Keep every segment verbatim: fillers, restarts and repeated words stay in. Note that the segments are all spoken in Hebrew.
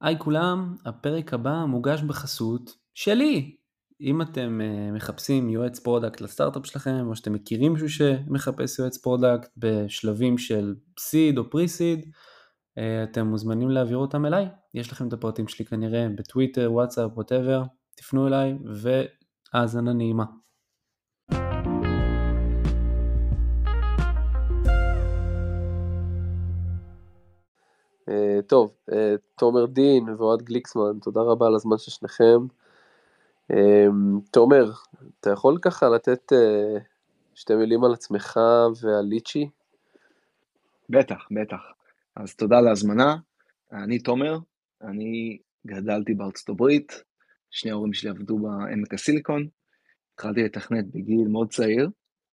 היי כולם, הפרק הבא מוגש בחסות שלי. אם אתם uh, מחפשים יועץ פרודקט לסטארט-אפ שלכם, או שאתם מכירים מישהו שמחפש יועץ פרודקט בשלבים של סיד או פרי-סיד, uh, אתם מוזמנים להעביר אותם אליי. יש לכם את הפרטים שלי כנראה בטוויטר, וואטסאפ, whatever. תפנו אליי והאזנה נעימה. Uh, טוב, uh, תומר דין ואוהד גליקסמן, תודה רבה על הזמן של שניכם. Uh, תומר, אתה יכול ככה לתת uh, שתי מילים על עצמך ועל ליצ'י? בטח, בטח. אז תודה על ההזמנה. אני תומר, אני גדלתי בארצות הברית, שני ההורים שלי עבדו בעמק הסיליקון, התחלתי לתכנת בגיל מאוד צעיר,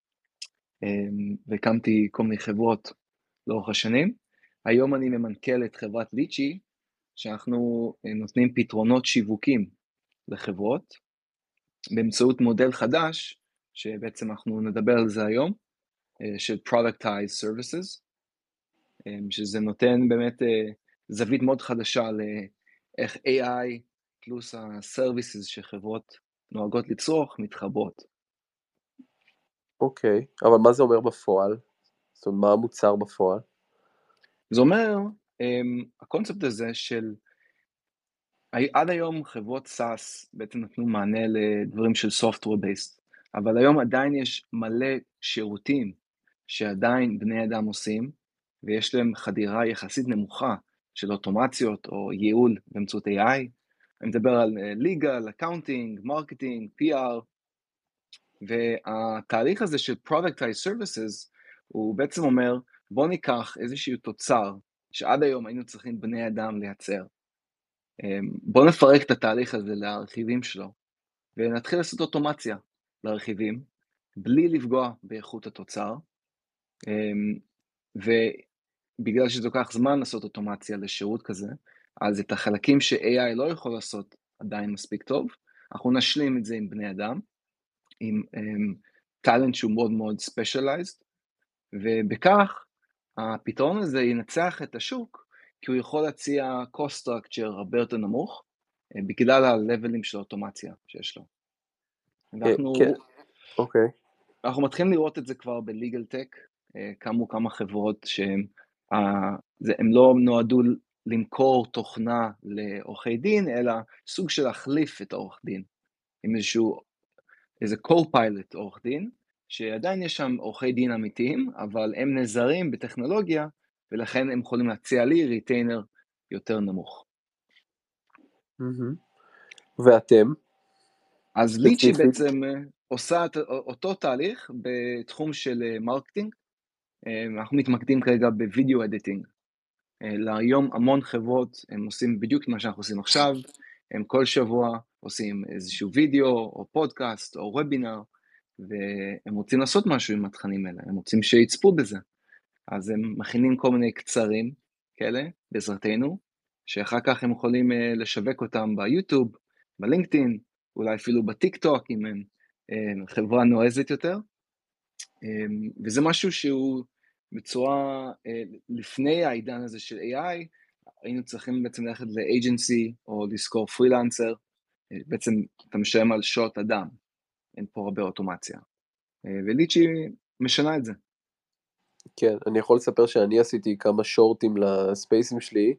והקמתי כל מיני חברות לאורך השנים. היום אני ממנכ"ל את חברת ליצ'י, שאנחנו נותנים פתרונות שיווקים לחברות, באמצעות מודל חדש, שבעצם אנחנו נדבר על זה היום, של Productized Services, שזה נותן באמת זווית מאוד חדשה לאיך איי איי פלוס ה-services שחברות נוהגות לצרוך מתחברות. אוקיי, אבל מה זה אומר בפועל? זאת אומרת, מה המוצר בפועל? זה אומר, הקונספט הזה של, עד היום חברות SaaS בעצם נתנו מענה לדברים של software based, אבל היום עדיין יש מלא שירותים שעדיין בני אדם עושים, ויש להם חדירה יחסית נמוכה של אוטומציות או ייעול באמצעות איי איי. אני מדבר על legal, accounting, marketing, פי אר, והתהליך הזה של productized services הוא בעצם אומר, בוא ניקח איזשהו תוצר שעד היום היינו צריכים בני אדם לייצר. בוא נפרק את התהליך הזה לרכיבים שלו, ונתחיל לעשות אוטומציה לרכיבים, בלי לפגוע באיכות התוצר, ובגלל שזה לוקח זמן לעשות אוטומציה לשירות כזה, אז את החלקים ש-איי איי לא יכול לעשות עדיין מספיק טוב, אנחנו נשלים את זה עם בני אדם, עם טלנט שהוא מאוד מאוד specialized, ובכך הפתרון הזה ינצח את השוק, כי הוא יכול להציע cost structure הרבה יותר נמוך, בגלל ה-levelים של האוטומציה שיש לו. אנחנו, כן, אוקיי. אנחנו מתחילים לראות את זה כבר ב-legal tech, קמו כמה חברות שהם הם לא נועדו למכור תוכנה לעורכי דין, אלא סוג של להחליף את העורך דין, עם איזשהו, איזה co-pilot עורך דין, שעדיין יש שם עורכי דין אמיתיים, אבל הם נזרים בטכנולוגיה, ולכן הם יכולים להציע לי ריטיינר יותר נמוך. ואתם? אז ליצ'י בעצם עושה אותו תהליך בתחום של מרקטינג, אנחנו מתמקדים כרגע בווידאו אדיטינג. להיום המון חברות הם עושים בדיוק מה שאנחנו עושים עכשיו, הם כל שבוע עושים איזשהו וידאו או פודקאסט או וובינר, והם רוצים לעשות משהו עם התכנים האלה, הם רוצים שיצפו בזה. אז הם מכינים כל מיני קצרים כאלה בעזרתנו, שאחר כך הם יכולים לשווק אותם ביוטיוב, בלינקדאין, אולי אפילו בטיק טוק אם הם חברה נועזת יותר, וזה משהו שהוא בצורה, לפני העידן הזה של איי איי, היינו צריכים בעצם ללכת לאג'נסי או לזכור פרילנסר, בעצם אתה משלם על שעות אדם, אין פה הרבה אוטומציה, וליצ'י משנה את זה. כן, אני יכול לספר שאני עשיתי כמה שורטים לספייסים שלי,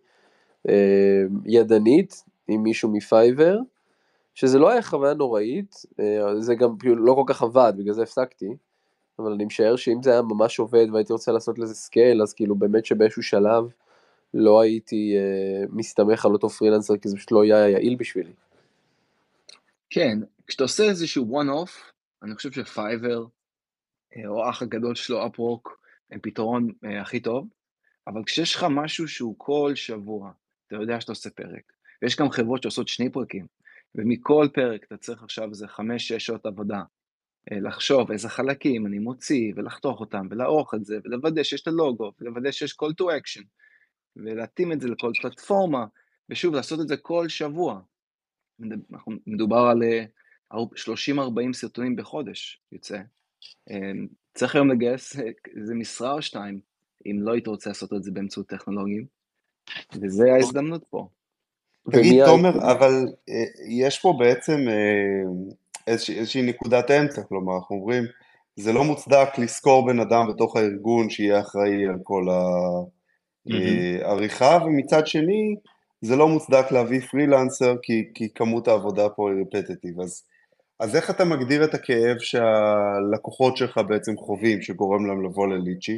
ידנית, עם מישהו מפייבר, שזה לא היה חוויה נוראית, זה גם לא כל כך עבד, בגלל זה הפסקתי, אבל אני משער שאם זה היה ממש עובד והייתי רוצה לעשות לזה סקייל, אז כאילו באמת שבאיזשהו שלב לא הייתי אה, מסתמך על אותו פרילנסר, כי זה פשוט לא היה יעיל בשבילי. כן, כשאתה עושה איזשהו one-off, אני חושב שפייבר, או האח הגדול שלו, אפוורק, הם פתרון אה, הכי טוב, אבל כשיש לך משהו שהוא כל שבוע, אתה יודע שאתה עושה פרק, ויש גם חברות שעושות שני פרקים, ומכל פרק אתה צריך עכשיו איזה חמש, שש שעות עבודה, לחשוב איזה חלקים אני מוציא, ולחתוך אותם, ולערוך את זה, ולוודא שיש את הלוגו, ולוודא שיש call to action, ולהתאים את זה לכל פלטפורמה, ושוב, לעשות את זה כל שבוע. מדובר על שלושים ארבעים סרטונים בחודש, יוצא. צריך היום לגייס איזה משרה או שתיים, אם לא היית רוצה לעשות את זה באמצעות טכנולוגיים, וזה ההזדמנות פה. תגיד, ומי ה... תומר, אבל אה, יש פה בעצם אה, איזושהי, איזושהי נקודת אמצע, כלומר, אנחנו אומרים, זה לא מוצדק לזכור בן אדם בתוך הארגון שיהיה אחראי על כל מהמם. העריכה, ומצד שני, זה לא מוצדק להביא פרילנסר, כי, כי כמות העבודה פה היא רפטטיב. אז, אז איך אתה מגדיר את הכאב שהלקוחות שלך בעצם חווים, שגורם להם לבוא לליצ'י?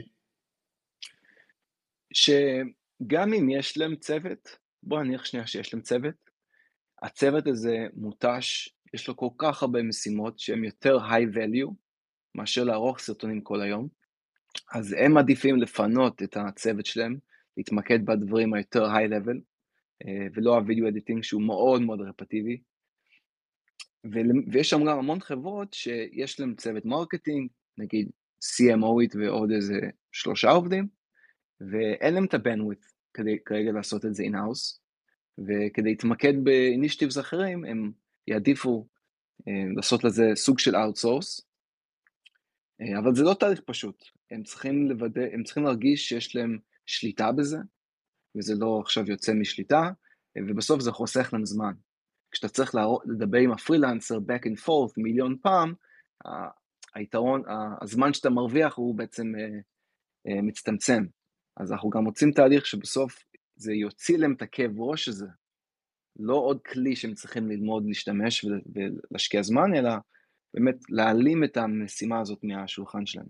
שגם אם יש להם צוות, בוא נניח שנייה שיש להם צוות, הצוות הזה מותש, יש לו כל כך הרבה משימות שהן יותר high value מאשר לערוך סרטונים כל היום, אז הם מעדיפים לפנות את הצוות שלהם, להתמקד בדברים היותר high level, אה, ולא הווידאו אדיטינג שהוא מאוד מאוד רפטיבי. ול- ויש שם גם המון חברות שיש להם צוות מרקטינג, נגיד סי אם או-ית ועוד איזה שלושה עובדים, ואין להם את הבנדווית' כדי כרגע לעשות את זה in-house, וכדי להתמקד באינישטיבס אחרים, הם יעדיפו אה, לעשות לזה סוג של outsource, אה, אבל זה לא תהליך פשוט, הם צריכים לוודא, הם צריכים להרגיש שיש להם שליטה בזה, וזה לא עכשיו יוצא משליטה, אה, ובסוף זה חוסך להם זמן. כשאתה צריך להראות- לדבר עם הפרילנסר back and forth מיליון פעם, ה- היתרון, ה- הזמן שאתה מרוויח הוא בעצם אה, אה, מצטמצם. אז אנחנו גם מוצאים תהליך שבסוף זה יוציא להם את הכאב ראש הזה, לא עוד כלי שהם צריכים ללמוד להשתמש ול- ולהשקיע זמן, אלא באמת להעלים את המשימה הזאת מהשולחן שלהם.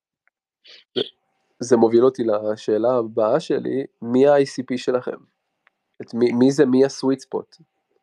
זה מוביל אותי לשאלה הבאה שלי, מי ה-איי סי פי שלכם? את מי, מי זה מי הסוויט ספוט?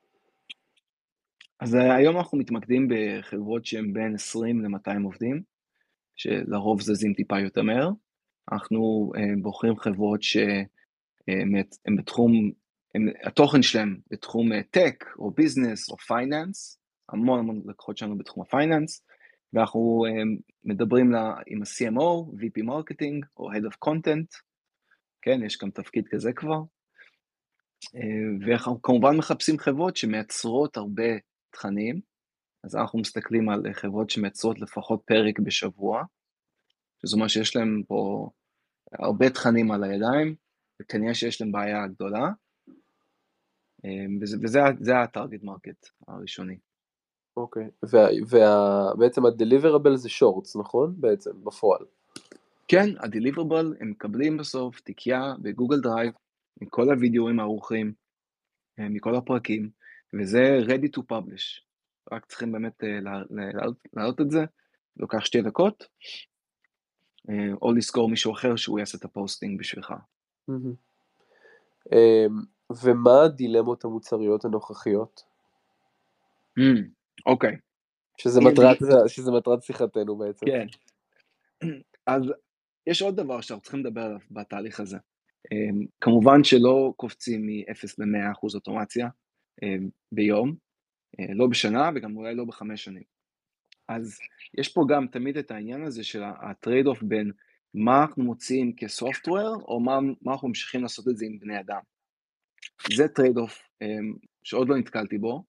אז אה, היום אנחנו מתמקדים בחברות שהן בין עשרים ל-מאתיים עובדים, שלרוב זזים טיפה יותר מהר. אנחנו אה, בוחרים חברות שהן בתחום, הם, התוכן שלהם בתחום טק או ביזנס או פייננס, המון המון לקוחות שלנו בתחום הפייננס, ואנחנו אה, מדברים לה, עם ה-סי אם או, וי פי מרקטינג או Head of Content, כן, יש גם תפקיד כזה כבר, אה, ואנחנו כמובן מחפשים חברות שמייצרות הרבה תכנים, אז אנחנו מסתכלים על חברות שמייצרות לפחות פרק בשבוע, זאת אומרת שיש להם פה הרבה תכנים על הידיים, וכנראה שיש להם בעיה גדולה, וזה, וזה זה הטארגט מרקט הראשוני. אוקיי, ובעצם ה-deliverable זה שורטס, נכון? בעצם, בפועל. כן, ה-deliverable הם מקבלים בסוף תיקייה בגוגל דרייב, עם כל הוידאוים הערוכים, מכל הפרקים, וזה ready to publish. רק צריכים באמת להעלות את זה, לוקח שתי דקות, או לזכור מישהו אחר שהוא יעשה את הפוסטינג בשבילך. מהמם. אמ, ומה הדילמות המוצריות הנוכחיות? Mm, אוקיי, שזה הנה מטרת, דוג- שזה מטרת שיחתנו בעצם. כן. אז יש עוד דבר שאנחנו צריכים לדבר עליו בתהליך הזה. אמ, כמובן שלא קופצים מ-אפס ל-מאה אחוז אוטומציה אמ, ביום, אה, לא בשנה וגם אולי לא בחמש שנים. אז יש פה גם תמיד את העניין הזה של הטרייד אוף בין מה אנחנו מוצאים כסופטוור, או מה, מה אנחנו ממשיכים לעשות את זה עם בני אדם. זה טרייד אוף שעוד לא נתקלתי בו.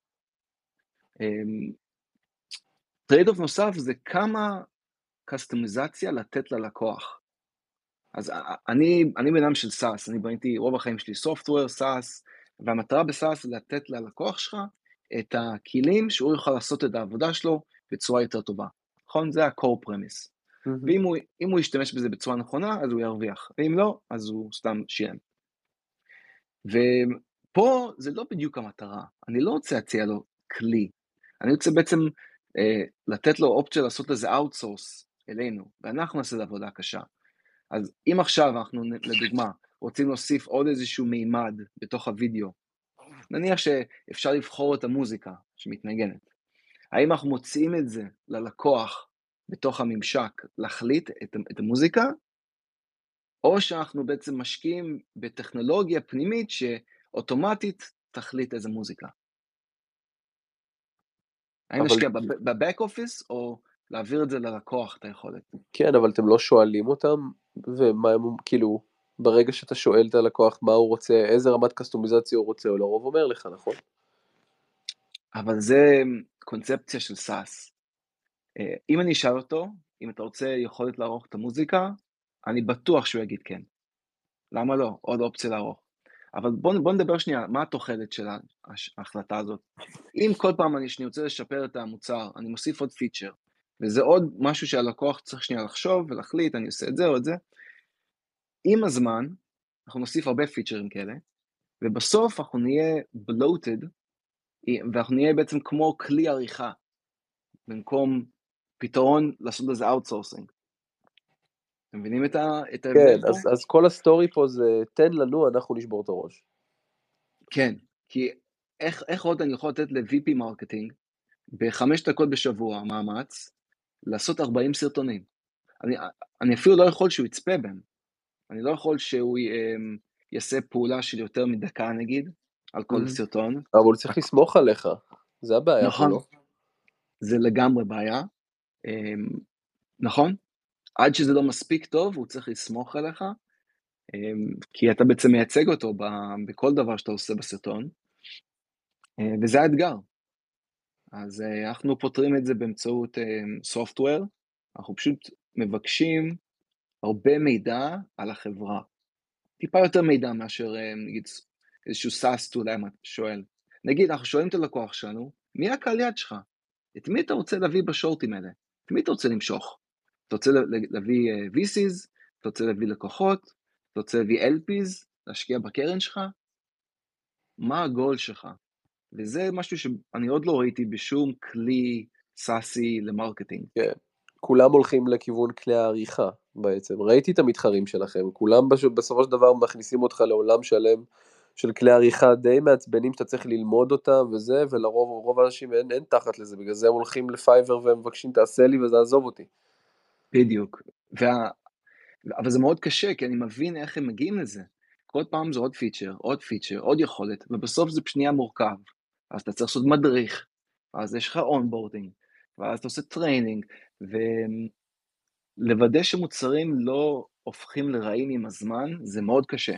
טרייד אוף נוסף זה כמה קסטומיזציה לתת ללקוח. אז אני, אני בן אדם של סאס, אני בניתי רוב החיים שלי סופטוור, סאס, והמטרה בסאס זה לתת ללקוח שלך את הכלים שהוא יוכל לעשות את העבודה שלו בצורה יותר טובה. נכון? זה ה-core premise. מהמם. ואם הוא, אם הוא ישתמש בזה בצורה נכונה, אז הוא ירוויח, ואם לא, אז הוא סתם שילם. ופה זה לא בדיוק המטרה, אני לא רוצה להציע לו כלי, אני רוצה בעצם אה, לתת לו אופציה לעשות לזה outsource אלינו, ואנחנו נעשה את העבודה קשה. אז אם עכשיו אנחנו, לדוגמה, רוצים להוסיף עוד איזשהו מימד בתוך הוידאו, נניח שאפשר לבחור את המוזיקה שמתנגנת, האם אנחנו מוצאים את זה ללקוח בתוך הממשק להחליט את, את המוזיקה, או שאנחנו בעצם משקיעים בטכנולוגיה פנימית שאוטומטית תחליט איזה מוזיקה. האם אבל נשקיע בבק אופיס או להעביר את זה ללקוח את היכולת? כן, אבל אתם לא שואלים אותם, ומה הם, כאילו, ברגע שאתה שואל את הלקוח מה הוא רוצה, איזה רמת קסטומיזציה הוא רוצה, הוא לרוב אומר לך, נכון? אבל זה קונספציה של סאס. אם אני אשאל אותו, אם אתה רוצה יכולת לערוך את המוזיקה, אני בטוח שהוא יגיד כן. למה לא? עוד אופציה לערוך. אבל בוא, בוא נדבר שנייה, מה התוחלת של ההחלטה הזאת? אם כל פעם אני שנייה רוצה לשפר את המוצר, אני מוסיף עוד פיצ'ר, וזה עוד משהו שהלקוח צריך שנייה לחשוב ולהחליט, אני עושה את זה או את זה, עם הזמן, אנחנו נוסיף הרבה פיצ'רים כאלה, ובסוף אנחנו נהיה bloated, ואנחנו נהיה בעצם כמו כלי עריכה, במקום פתרון לעשות לזה outsourcing. אתם מבינים את ההבדל כן, פה? אז, אז כל הסטורי פה זה, תן לנו, אנחנו נשבור את הראש. כן, כי איך, איך עוד אני יכול לתת ל-וי פי מרקטינג, בחמש דקות בשבוע, מאמץ, לעשות ארבעים סרטונים. אני, אני אפילו לא יכול שהוא יצפה בהם. אני לא יכול שהוא יעשה פעולה של יותר מדקה, נגיד, על כל סרטון. אבל הוא צריך לסמוך עליך, זה הבעיה פה, נכון, לא? זה לגמרי בעיה. נכון? עד שזה לא מספיק טוב, הוא צריך לסמוך עליך, כי אתה בעצם מייצג אותו בכל דבר שאתה עושה בסרטון, וזה האתגר. אז אנחנו פותרים את זה באמצעות software, אנחנו פשוט מבקשים הרבה מידע על החברה. טיפה יותר מידע מאשר, נגיד, איזשהו סאס טול, אם אתה שואל. נגיד, אנחנו שואלים את הלקוח שלנו, מי הקהל יעד שלך? את מי אתה רוצה להביא בשורטים האלה? את מי אתה רוצה למשוך? אתה רוצה להביא וי סי'ס? אתה רוצה להביא לקוחות? אתה רוצה להביא אל פי'ס? להשקיע בקרן שלך? מה הגול שלך? וזה משהו שאני עוד לא ראיתי בשום כלי סאסי למרקטינג. כן, כולם הולכים לכיוון כלי העריכה בעצם. ראיתי את המתחרים שלכם, כולם בסופו של דבר מכניסים אותך לעולם שלם של כלי עריכה די מעצבנים שאתה צריך ללמוד אותם וזה, ולרוב רוב האנשים אין, אין תחת לזה, בגלל זה הם הולכים לפייבר והם מבקשים תעשה לי וזה עזוב אותי. בדיוק, וה... אבל זה מאוד קשה, כי אני מבין איך הם מגיעים לזה. כל פעם זה עוד פיצ'ר, עוד פיצ'ר, עוד יכולת, ובסוף זה פנייה מורכב. אז אתה צריך לעשות מדריך, ואז יש לך אונבורדינג, ואז אתה עושה טריינינג, ולוודא שמוצרים לא הופכים לרעים עם הזמן, זה מאוד קשה.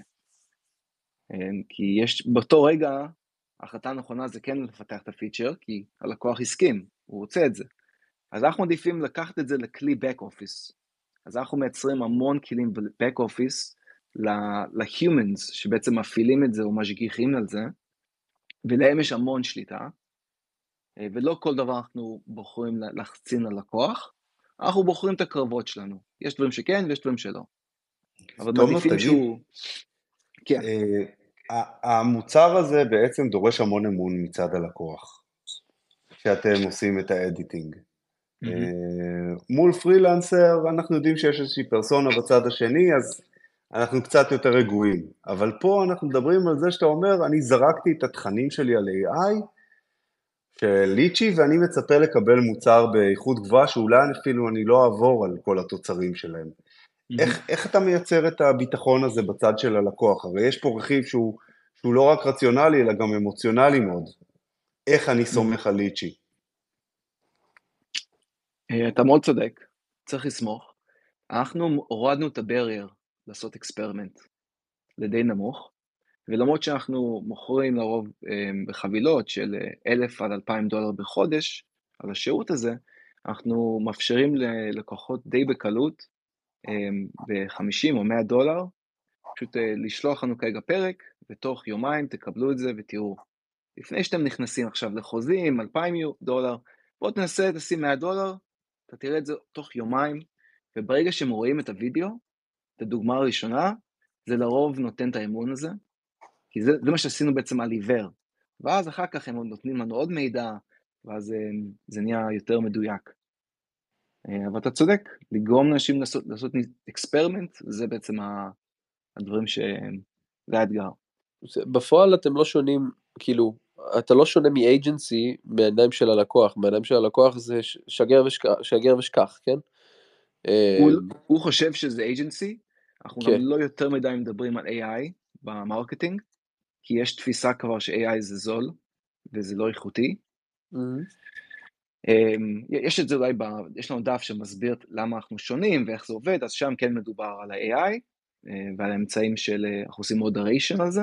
כי יש, באותו רגע, ההחלטה הנכונה זה כן לפתח את הפיצ'ר, כי הלקוח הסכים, הוא רוצה את זה. אז אנחנו מעדיפים לקחת את זה לכלי back office. אז אנחנו מייצרים המון כלים ב-back office ל-humans שבעצם מפעילים את זה או משגיחים על זה, ולהם יש המון שליטה, ולא כל דבר אנחנו בוחרים לחצין ללקוח, אנחנו בוחרים את הקרבות שלנו. יש דברים שכן ויש דברים שלא. אבל מעדיפים שהוא... כן. המוצר הזה בעצם דורש המון אמון מצד הלקוח, שאתם עושים את האדיטינג. מול פרילנסר אנחנו יודעים שיש איזושהי פרסונה בצד השני, אז אנחנו קצת יותר רגועים, אבל פה אנחנו מדברים על זה שאתה אומר, אני זרקתי את התכנים שלי על איי איי של ליצ'י, ואני מצפה לקבל מוצר באיכות גבוהה, שאולי אפילו אני לא אעבור על כל התוצרים שלהם. איך, איך אתה מייצר את הביטחון הזה בצד של הלקוח? הרי יש פה רכיב שהוא, שהוא לא רק רציונלי, אלא גם אמוציונלי מאוד. איך אני סומך על ליצ'י? אתה מאוד צודק, צריך לסמוך. אנחנו הורדנו את הברייר לעשות אקספרימנט לדי נמוך, ולמרות שאנחנו מוכרים לרוב בחבילות של אלף עד אלפיים דולר בחודש על השירות הזה, אנחנו מאפשרים ללקוחות די בקלות, ב-חמישים או מאה דולר, פשוט לשלוח לנו כרגע פרק, ותוך יומיים תקבלו את זה ותראו. לפני שאתם נכנסים עכשיו לחוזים, אלפיים דולר, בוא תנסה, תשים מאה דולר, אתה תראה את זה תוך יומיים, וברגע שהם רואים את הוידאו, את הדוגמה הראשונה, זה לרוב נותן את האמון הזה, כי זה, זה מה שעשינו בעצם על עיוור, ואז אחר כך הם נותנים לנו עוד מידע, ואז זה נהיה יותר מדויק. אבל אתה צודק, לגרום לאנשים לעשות, לעשות אקספרימנט, זה בעצם הדברים ש... זה האתגר. בפועל אתם לא שונים, כאילו, אתה לא שונה מאג'נסי מהעיניים של הלקוח, מהעיניים של הלקוח זה שגר ושכח, שגר ושכח, כן? הוא, הוא חושב שזה אג'נסי, אנחנו כן. גם לא יותר מדי מדברים על איי איי במרקטינג, כי יש תפיסה כבר ש-איי איי זה זול, וזה לא איכותי. Mm-hmm. יש את זה אולי, ב... יש לנו דף שמסביר למה אנחנו שונים ואיך זה עובד, אז שם כן מדובר על ה-איי איי, ועל האמצעים של, אנחנו עושים מודריישן על זה,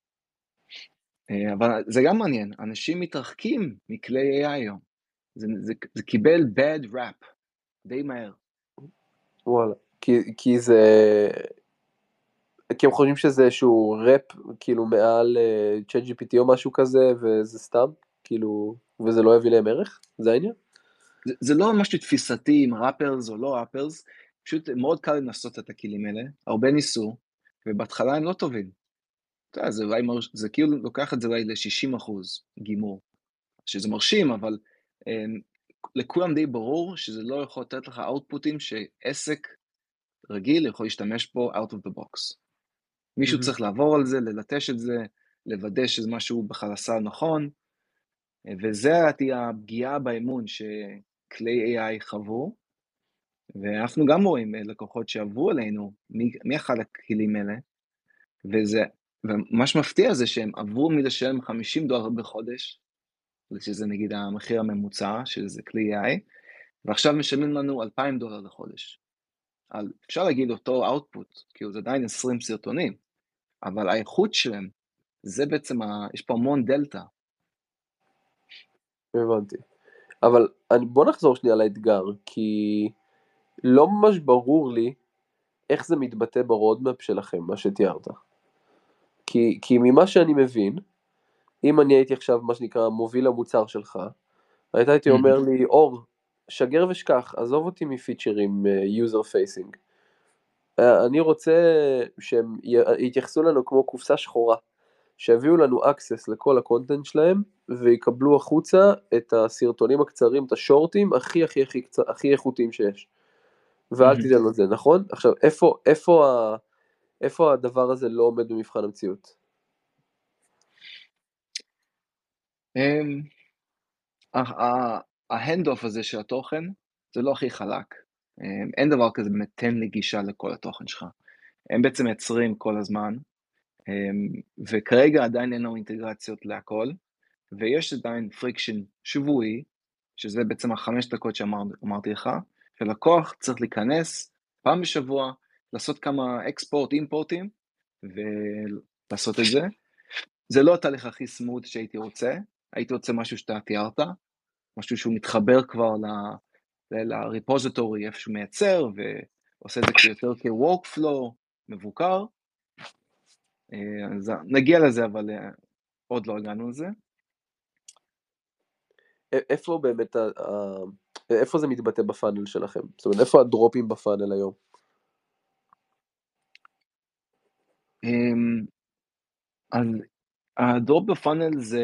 אבל זה גם מעניין, אנשים מתרחקים מכלי איי איי היום, זה, זה, זה קיבל bad rap, די מהר. וואלה, כי, כי זה, כי הם חושבים שזה איזשהו ראפ, כאילו מעל צ'אט ג'י פי טי או משהו כזה, וזה סתם, כאילו, וזה לא יביא להם ערך? זה העניין? זה, זה לא משהו תפיסתי אם ראפרס או לא ראפרס, פשוט מאוד קל לנסות את הכלים האלה, הרבה ניסו, ובהתחלה הם לא טובים. אתה יודע, זה, אולי מרש... זה כאילו לוקח את זה אולי ל-שישים אחוז גימור, שזה מרשים, אבל אה, לכולם די ברור שזה לא יכול לתת לך אאוטפוטים שעסק רגיל יכול להשתמש בו out of the box. מישהו Mhm. צריך לעבור על זה, ללטש את זה, לוודא שזה משהו בכלל עשה נכון, וזה תהיה הפגיעה באמון שכלי איי איי חוו, ואנחנו גם רואים לקוחות שעברו עלינו מאחד הכלים האלה, וזה, ומה שמפתיע זה שהם עברו מלשלם חמישים דולר בחודש, שזה נגיד המחיר הממוצע של זה כלי איי איי, ועכשיו משלמים לנו אלפיים דולר לחודש. על, אפשר להגיד אותו אאוטפוט, כי זה עדיין עשרים סרטונים, אבל האיכות שלהם, זה בעצם, ה... יש פה המון דלטה. הבנתי. אבל אני, בוא נחזור שנייה לאתגר, כי לא ממש ברור לי איך זה מתבטא ברודמפ שלכם, מה שתיארת. כי, כי ממה שאני מבין, אם אני הייתי עכשיו מה שנקרא מוביל המוצר שלך, היית הייתי אומר לי, אור, שגר ושכח, עזוב אותי מפיצ'רים user facing. אני רוצה שהם יתייחסו לנו כמו קופסה שחורה, שיביאו לנו access לכל הקונטנט שלהם, ויקבלו החוצה את הסרטונים הקצרים, את השורטים הכי הכי הכי, הכי איכותיים שיש. ואל תיתן לו זה, נכון? עכשיו, איפה, איפה, ה, איפה הדבר הזה לא עומד במבחן המציאות? ההנד-אוף הזה של התוכן, זה לא הכי חלק. אין דבר כזה באמת תן לי גישה לכל התוכן שלך. הם בעצם מייצרים כל הזמן, וכרגע עדיין אין לנו אינטגרציות להכל, ויש עדיין פריקשן שבועי, שזה בעצם החמש דקות שאמרתי לך, שלקוח צריך להיכנס פעם בשבוע, לעשות כמה אקספורט, אימפורטים, ולעשות את זה. זה לא התהליך הכי סמוד שהייתי רוצה, הייתי רוצה משהו שאתה תיארת, משהו שהוא מתחבר כבר לריפוזיטורי, איפה שהוא מייצר, ועושה את זה יותר כ-workflow מבוקר. אז נגיע לזה, אבל עוד לא הגענו לזה. איפה באמת, איפה זה מתבטא בפאנל שלכם? זאת אומרת, איפה הדרופים בפאנל היום? אז הדרופ בפאנל זה,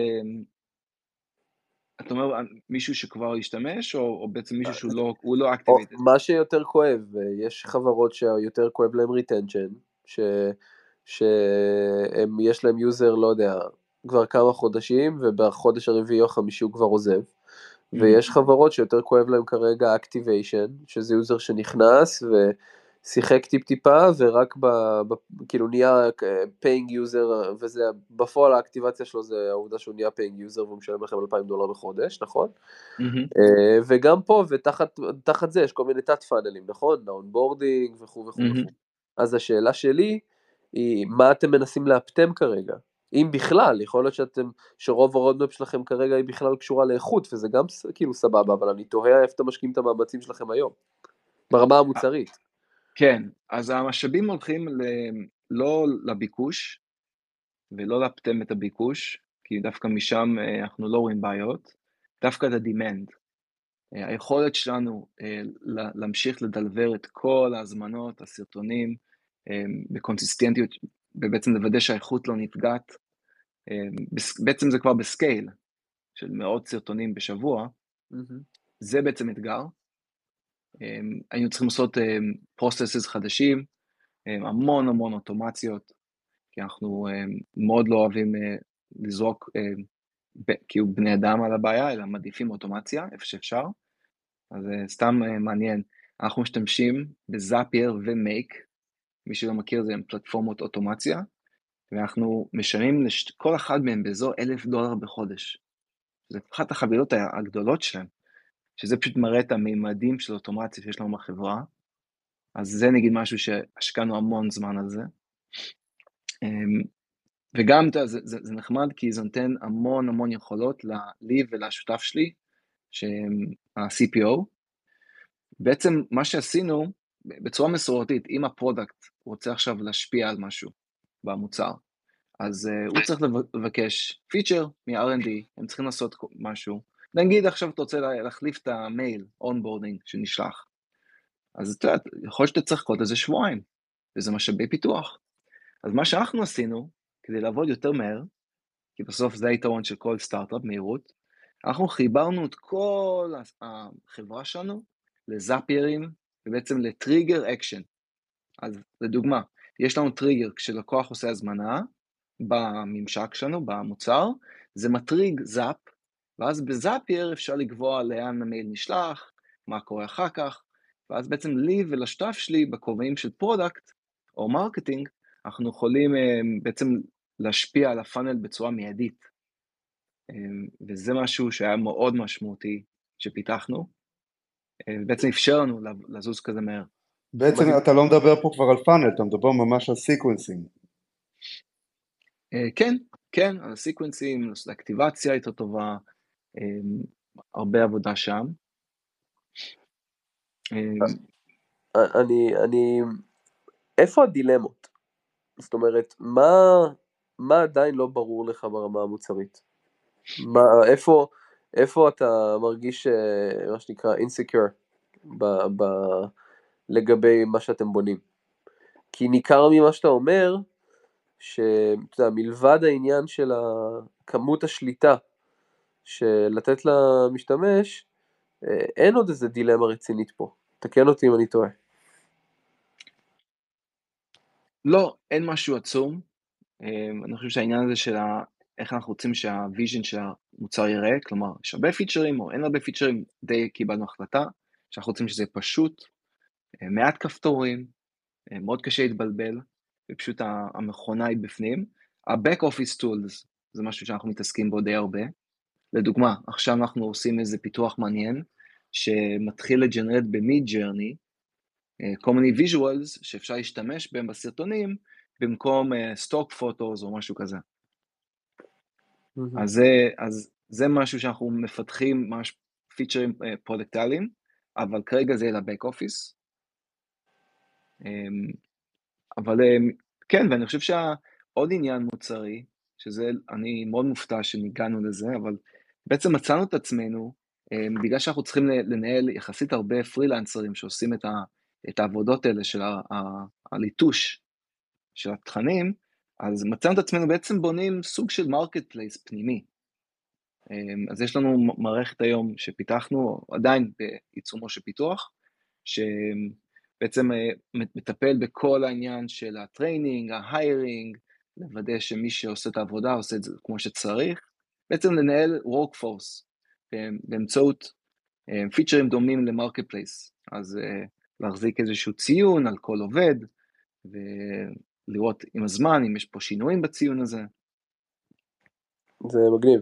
אתה אומר, מישהו שכבר ישתמש, או, או בעצם מישהו שהוא לא, הוא לא activated? מה שיותר כואב, יש חברות שיותר כואב להם retention, ש, שהם, יש להם יוזר, לא יודע, כבר כמה חודשים, ובחודש הרביעי או חמישי הוא כבר עוזב, ויש חברות שיותר כואב להם כרגע activation, שזה יוזר שנכנס ושיחק טיפ טיפה, ורק ב, ב, כאילו נהיה paying user, וזה, בפועל האקטיבציה שלו זה העובדה שהוא נהיה paying user, והוא משלם לכם אלפיים דולר בחודש, נכון? וגם פה, ותחת זה יש כל מיני תת פאנלים, נכון? האונבורדינג וכו' וכו'. אז השאלה שלי היא, מה אתם מנסים לאפטם כרגע? אם בכלל, יכול להיות שאתם, שרוב הרודמפ שלכם כרגע היא בכלל קשורה לאיכות, וזה גם כאילו סבבה, אבל אני תוהה איפה אתם משקיעים את המאמצים שלכם היום, ברמה המוצרית. כן, אז המשאבים הולכים ל... לא לביקוש, ולא לאפטם את הביקוש, כי דווקא משם אנחנו לא רואים בעיות, דווקא את ה-demand. היכולת שלנו להמשיך לדלבר את כל ההזמנות, הסרטונים, בקונסיסטנטיות, ובעצם לוודא שהאיכות לא נפגעת, בעצם זה כבר בסקייל של מאות סרטונים בשבוע, זה בעצם אתגר. היינו צריכים לעשות processes חדשים, המון המון אוטומציות, כי אנחנו מאוד לא אוהבים לזרוק כאילו בני אדם על הבעיה, אלא מעדיפים אוטומציה, איפה שאפשר. אז סתם מעניין, אנחנו משתמשים בזאפייר ומייק, מי שלא מכיר זה הם פלטפורמות אוטומציה, ואנחנו משלמים לכל אחד מהם באזור אלף דולר בחודש. זה אחת החבילות הגדולות שלהם, שזה פשוט מראה את המימדים של אוטומציה שיש לנו בחברה, אז זה נגיד משהו שהשקענו המון זמן על זה. וגם זה, זה, זה נחמד כי זה נותן המון המון יכולות לי ולשותף שלי, שהם ה-סי פי או. בעצם מה שעשינו, בצורה מסורתית, אם הפרודקט רוצה עכשיו להשפיע על משהו, במוצר. אז uh, הוא צריך לבקש פיצ'ר מ-אר אנד די, הם צריכים לעשות משהו. נגיד עכשיו אתה רוצה להחליף את המייל, אונבורדינג שנשלח. אז אתה יודע, יכול להיות שאתה צריך קוד איזה שבועיים, וזה משאבי פיתוח. אז מה שאנחנו עשינו, כדי לעבוד יותר מהר, כי בסוף זה היתרון של כל סטארט-אפ, מהירות, אנחנו חיברנו את כל החברה שלנו לזאפיירים, ובעצם לטריגר אקשן. אז לדוגמה, יש לנו טריגר כשלקוח עושה הזמנה, בממשק שלנו, במוצר, זה מטריג זאפ, ואז בזאפייר אפשר לקבוע לאן המייל נשלח, מה קורה אחר כך, ואז בעצם לי ולשותף שלי בכובעים של פרודקט או מרקטינג, אנחנו יכולים בעצם להשפיע על הפאנל בצורה מיידית. וזה משהו שהיה מאוד משמעותי שפיתחנו, ובעצם אפשר לנו לזוז כזה מהר. בעצם אתה לא מדבר פה כבר על פאנל, אתה מדבר ממש על סיקוונסינג. כן, כן, על הסיקוונסים, האקטיבציה יותר טובה, הרבה עבודה שם. אני, אני, איפה הדילמות? זאת אומרת, מה, מה עדיין לא ברור לך ברמה המוצרית? מה, איפה, איפה אתה מרגיש, מה שנקרא, insecure ב, ב, לגבי מה שאתם בונים? כי ניכר ממה שאתה אומר, שאתה יודע, מלבד העניין של כמות השליטה שלתת למשתמש, אין עוד איזה דילמה רצינית פה. תקן אותי אם אני טועה. לא, אין משהו עצום. אני חושב שהעניין הזה של איך אנחנו רוצים שהוויז'ן של המוצר יראה, כלומר, יש הרבה פיצ'רים או אין הרבה פיצ'רים, די קיבלנו החלטה, שאנחנו רוצים שזה פשוט, מעט כפתורים, מאוד קשה להתבלבל, ופשוט המכונה היא בפנים. ה-Back Office Tools זה משהו שאנחנו מתעסקים בו די הרבה. לדוגמה, עכשיו אנחנו עושים איזה פיתוח מעניין, שמתחיל לג'נרט ב-Mid Journey, כל מיני ויז'ואלס שאפשר להשתמש בהם בסרטונים, במקום סטוק פוטוס או משהו כזה. אז זה, אז זה משהו שאנחנו מפתחים, ממש פיצ'רים פרודקטליים, אבל כרגע זה ל-Back Office. אבל כן, ואני חושב שהעוד עניין מוצרי, שזה, אני מאוד מופתע שניגענו לזה, אבל בעצם מצאנו את עצמנו, בגלל שאנחנו צריכים לנהל יחסית הרבה פרילנסרים שעושים את, ה, את העבודות האלה של הליטוש של התכנים, אז מצאנו את עצמנו בעצם בונים סוג של מרקט פלייס פנימי. אז יש לנו מערכת היום שפיתחנו, עדיין בעיצומו של פיתוח, שבעצם מטפל בכל העניין של הטריינינג, ההיירינג, לוודא שמי שעושה את העבודה עושה את זה כמו שצריך, בעצם לנהל workforce באמצעות פיצ'רים דומים למרקט פלייס, אז להחזיק איזשהו ציון על כל עובד, ולראות עם הזמן אם יש פה שינויים בציון הזה. זה מגניב.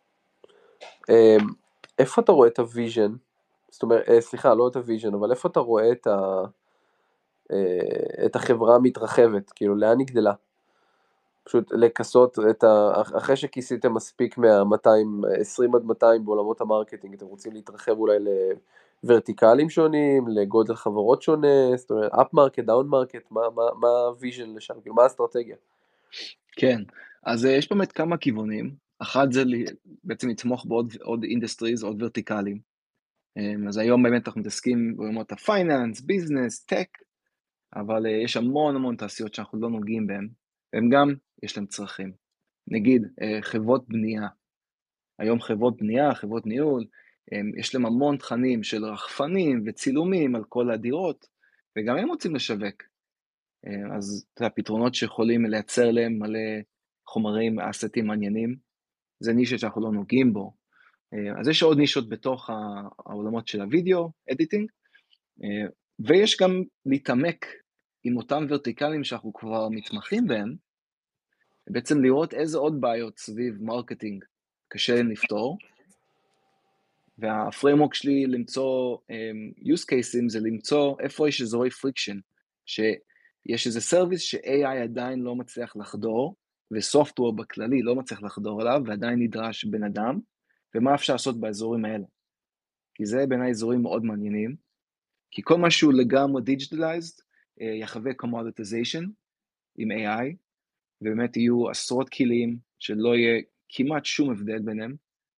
איפה אתה רואה את הוויז'ן? זאת אומרת, סליחה, לא את הוויז'ן, אבל איפה אתה רואה את, ה, את החברה המתרחבת? כאילו, לאן היא גדלה? פשוט לכסות את ה... אחרי שכיסיתם מספיק מה-מאתיים, עשרים עד מאתיים בעולמות המרקטינג, אתם רוצים להתרחב אולי לוורטיקלים שונים, לגודל חברות שונה, זאת אומרת, אפ מרקט, דאון מרקט, מה, מה, מה הוויז'ן לשם? כאילו, מה האסטרטגיה? כן, אז יש באמת כמה כיוונים. אחד זה בעצם לתמוך בעוד עוד אינדסטריז, עוד ורטיקלים. אז היום באמת אנחנו מתעסקים בעולמות הפייננס, ביזנס, טק, אבל יש המון המון תעשיות שאנחנו לא נוגעים בהן, והם גם, יש להם צרכים. נגיד, חברות בנייה. היום חברות בנייה, חברות ניהול, יש להם המון תכנים של רחפנים וצילומים על כל הדירות, וגם הם רוצים לשווק. אז זה הפתרונות שיכולים לייצר להם מלא חומרים, אסטים מעניינים. זה נישה שאנחנו לא נוגעים בו. אז יש עוד נישות בתוך העולמות של הוידאו, אדיטינג, ויש גם להתעמק עם אותם ורטיקלים שאנחנו כבר מתמחים בהם, בעצם לראות איזה עוד בעיות סביב מרקטינג קשה להם לפתור, והפריימורק שלי למצוא um, use cases זה למצוא איפה יש אזורי פריקשן, שיש איזה סרוויס ש-איי איי עדיין לא מצליח לחדור, וסופטוור בכללי לא מצליח לחדור אליו, ועדיין נדרש בן אדם, ומה אפשר לעשות באזורים האלה. כי זה בעיניי אזורים מאוד מעניינים, כי כל משהו לגמרי digitalized, יחווה commoditization עם איי איי, ובאמת יהיו עשרות כלים שלא יהיה כמעט שום הבדל ביניהם.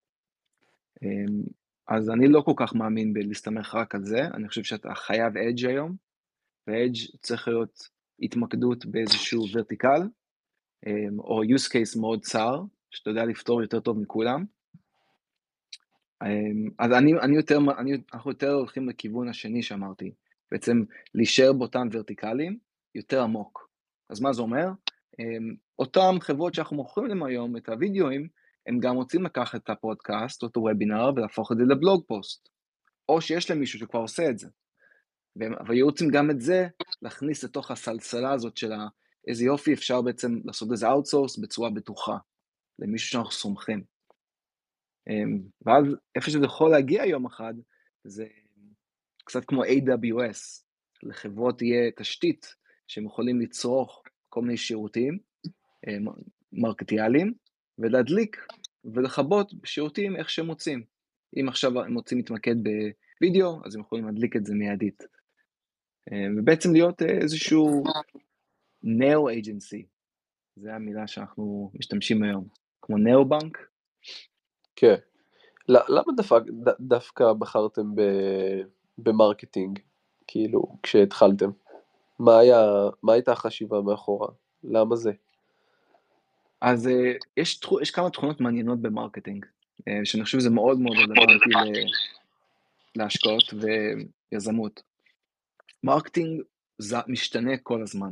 אז אני לא כל כך מאמין בלהסתמך רק על זה, אני חושב שאתה חייב אדג' היום, ואדג' צריך להיות התמקדות באיזשהו ורטיקל, או use case מאוד צר, שאתה יודע לפתור יותר טוב מכולם. אז אני, אני יותר, אני, אנחנו יותר הולכים לכיוון השני שאמרתי, בעצם להישאר באותם ורטיקלים יותר עמוק. אז מה זה אומר? אותם חברות שאנחנו מוכרים להם היום, את הוידאוים, הם גם רוצים לקחת את הפודקאסט או את הוובינר ולהפוך את זה לבלוג פוסט, או שיש להם מישהו שכבר עושה את זה. אבל רוצים גם את זה להכניס לתוך הסלסלה הזאת של איזה יופי אפשר בעצם לעשות איזה אאוטסורס בצורה בטוחה, למישהו שאנחנו סומכים. ואז איפה שזה יכול להגיע יום אחד, זה קצת כמו איי דאבליו אס, לחברות תהיה תשתית שהם יכולים לצרוך כל מיני שירותים מרקטיאליים, ולהדליק ולחבות בשירותים איך שהם מוצאים. אם עכשיו הם רוצים להתמקד בווידאו, אז הם יכולים להדליק את זה מיידית. ובעצם להיות איזשהו נאו אייג'נסי, זו המילה שאנחנו משתמשים היום, כמו נאו בנק. כן. למה דווקא בחרתם במרקטינג, כאילו, כשהתחלתם? מה הייתה החשיבה מאחורה? למה זה? אז יש, יש כמה תכונות מעניינות במרקטינג, שאני חושב שזה מאוד מאוד רלוונטי להשקעות ויזמות. מרקטינג משתנה כל הזמן.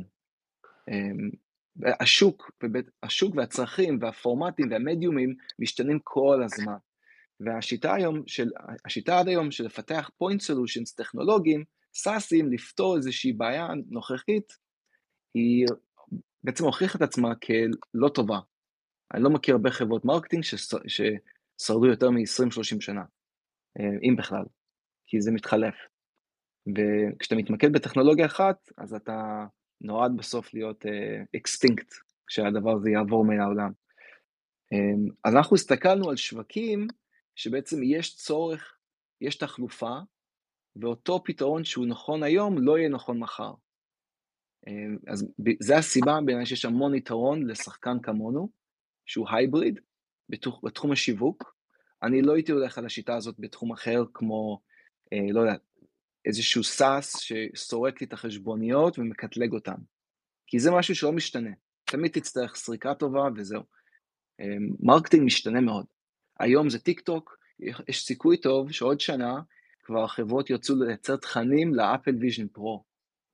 השוק, השוק והצרכים והפורמטים והמדיומים משתנים כל הזמן. והשיטה היום של, השיטה עד היום של לפתח point solutions טכנולוגיים, סאסים, לפתור איזושהי בעיה נוכחית, היא בעצם הוכיחה את עצמה כלא טובה. אני לא מכיר הרבה חברות מרקטינג ששרדו יותר מ-עשרים שלושים שנה, אם בכלל, כי זה מתחלף. וכשאתה מתמקד בטכנולוגיה אחת, אז אתה נועד בסוף להיות אקסטינקט, כשהדבר הזה יעבור מהעולם. אז אנחנו הסתכלנו על שווקים, שבעצם יש צורך, יש תחלופה, ואותו פתרון שהוא נכון היום, לא יהיה נכון מחר. אז זה הסיבה בעיניי שיש המון יתרון לשחקן כמונו, שהוא הייבריד, בתחום השיווק. אני לא הייתי הולך על השיטה הזאת בתחום אחר, כמו, לא יודע, איזשהו סאס שסורק לי את החשבוניות ומקטלג אותם. כי זה משהו שלא משתנה. תמיד תצטרך סריקה טובה וזהו. מרקטינג משתנה מאוד. היום זה טיק טוק, יש סיכוי טוב שעוד שנה כבר החברות ירצו לייצר תכנים לאפל ויז'ן פרו.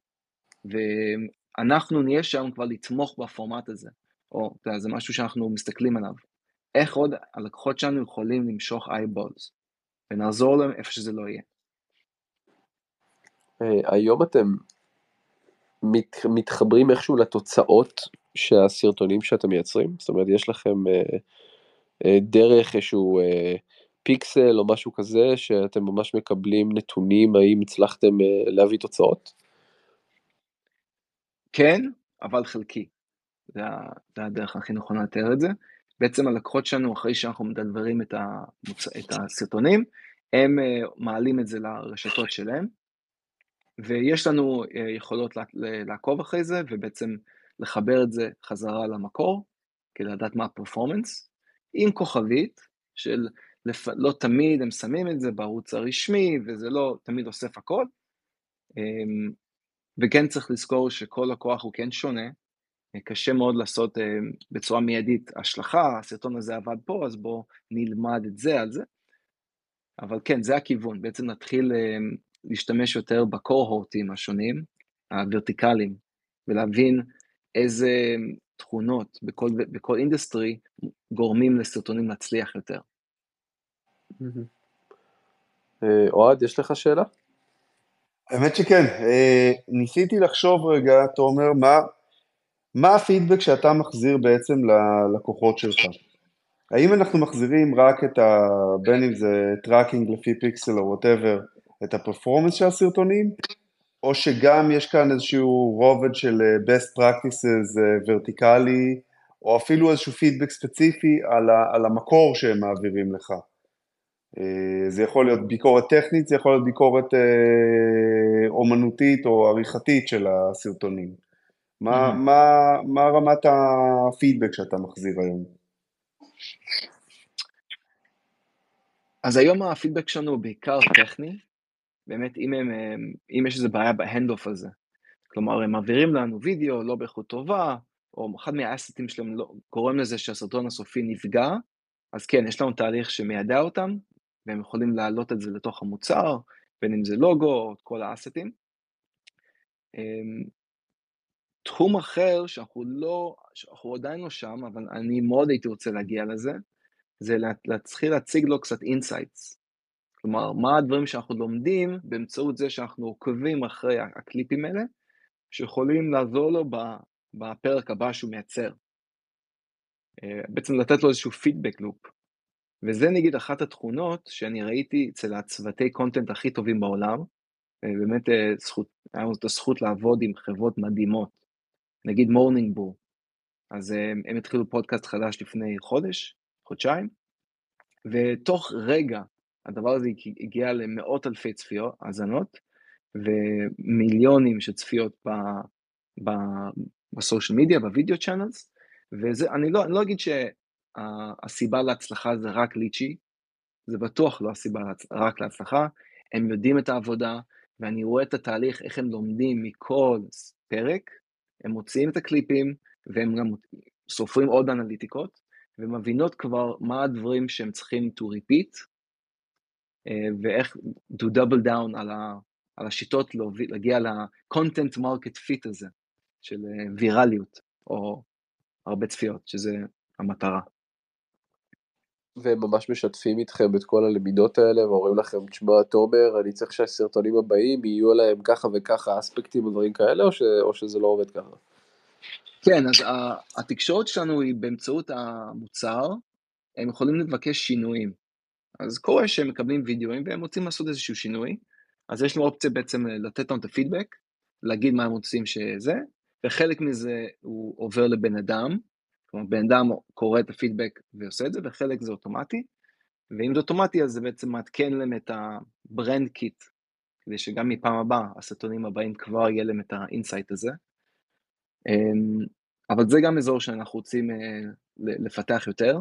ואנחנו נהיה שם כבר לתמוך בפורמט הזה. או, זה משהו שאנחנו מסתכלים עליו. איך עוד הלקוחות שלנו יכולים למשוך אייבולס, ונעזור להם איפה שזה לא יהיה. היום אתם מתחברים איכשהו לתוצאות שהסרטונים שאתם מייצרים? זאת אומרת, יש לכם דרך איזשהו פיקסל או משהו כזה, שאתם ממש מקבלים נתונים, האם הצלחתם להביא תוצאות? כן, אבל חלקי. זה הדרך הכי נכונה לתאר את זה. בעצם הלקוחות שלנו, אחרי שאנחנו מדלברים את, המוצ... את הסרטונים, הם מעלים את זה לרשתות שלהם, ויש לנו יכולות לעקוב אחרי זה, ובעצם לחבר את זה חזרה למקור, כדי לדעת מה הפרפורמנס, עם כוכבית, של לפ... לא תמיד הם שמים את זה בערוץ הרשמי, וזה לא תמיד אוסף הכל, וכן צריך לזכור שכל לקוח הוא כן שונה, קשה מאוד לעשות בצורה מיידית השלכה, הסרטון הזה עבד פה, אז בואו נלמד את זה על זה, אבל כן, זה הכיוון, בעצם נתחיל להשתמש יותר בקורהורטים השונים, הוורטיקליים, ולהבין איזה תכונות בכל, בכל אינדסטרי גורמים לסרטונים להצליח יותר. אוהד, יש לך שאלה? האמת שכן, ניסיתי לחשוב רגע, אתה אומר, מה, מה הפידבק שאתה מחזיר בעצם ללקוחות שלך? האם אנחנו מחזירים רק את ה... בין אם זה טראקינג לפי פיקסל או whatever, את הפרפורמנס של הסרטונים, או שגם יש כאן איזשהו רובד של best practices ורטיקלי, או אפילו איזשהו פידבק ספציפי על, ה... על המקור שהם מעבירים לך? זה יכול להיות ביקורת טכנית, זה יכול להיות ביקורת אומנותית או עריכתית של הסרטונים. מה, מה, מה רמת הפידבק שאתה מחזיר היום? אז היום הפידבק שלנו הוא בעיקר טכני, באמת אם, הם, אם יש איזו בעיה בהנדאוף הזה, כלומר הם מעבירים לנו וידאו לא באיכות טובה, או אחד מהאסטים שלהם לא, גורם לזה שהסרטון הסופי נפגע, אז כן, יש לנו תהליך שמיידע אותם, והם יכולים להעלות את זה לתוך המוצר, בין אם זה לוגו או את כל האסטים. תחום אחר שאנחנו לא, שאנחנו עדיין לא שם, אבל אני מאוד הייתי רוצה להגיע לזה, זה להתחיל להציג לו קצת אינסייטס. כלומר, מה הדברים שאנחנו לומדים באמצעות זה שאנחנו עוקבים אחרי הקליפים האלה, שיכולים לעזור לו בפרק הבא שהוא מייצר. בעצם לתת לו איזשהו פידבק לופ. וזה נגיד אחת התכונות שאני ראיתי אצל הצוותי קונטנט הכי טובים בעולם, באמת זכות, היה לנו את הזכות לעבוד עם חברות מדהימות, נגיד מורנינג בור, אז הם, הם התחילו פודקאסט חדש לפני חודש, חודשיים, ותוך רגע הדבר הזה הגיע למאות אלפי צפיות, האזנות, ומיליונים של צפיות ב, ב, בסושיאל מדיה, בווידאו צ'אנלס, וזה, אני לא, אני לא אגיד שהסיבה להצלחה זה רק ליצ'י, זה בטוח לא הסיבה רק להצלחה, הם יודעים את העבודה, ואני רואה את התהליך, איך הם לומדים מכל פרק, הם מוציאים את הקליפים, והם גם סופרים עוד אנליטיקות, ומבינות כבר מה הדברים שהם צריכים to repeat, ואיך to double down על, ה, על השיטות להוביל, להגיע ל-content market fit הזה, של וירליות, או הרבה צפיות, שזה המטרה. והם ממש משתפים איתכם את כל הלמידות האלה, ואומרים לכם, תשמע, תומר, אני צריך שהסרטונים הבאים יהיו להם ככה וככה אספקטים ודברים כאלה, או, ש... או שזה לא עובד ככה? כן, אז התקשורת שלנו היא באמצעות המוצר, הם יכולים לבקש שינויים. אז קורה שהם מקבלים וידאוים, והם רוצים לעשות איזשהו שינוי, אז יש לנו אופציה בעצם לתת לנו את הפידבק, להגיד מה הם רוצים שזה, וחלק מזה הוא עובר לבן אדם, כלומר, בן אדם קורא את הפידבק ועושה את זה, וחלק זה אוטומטי, ואם זה אוטומטי, אז זה בעצם מעדכן להם את הברנד קיט, כדי שגם מפעם הבאה, הסרטונים הבאים כבר יהיה להם את האינסייט הזה. אבל זה גם אזור שאנחנו רוצים לפתח יותר,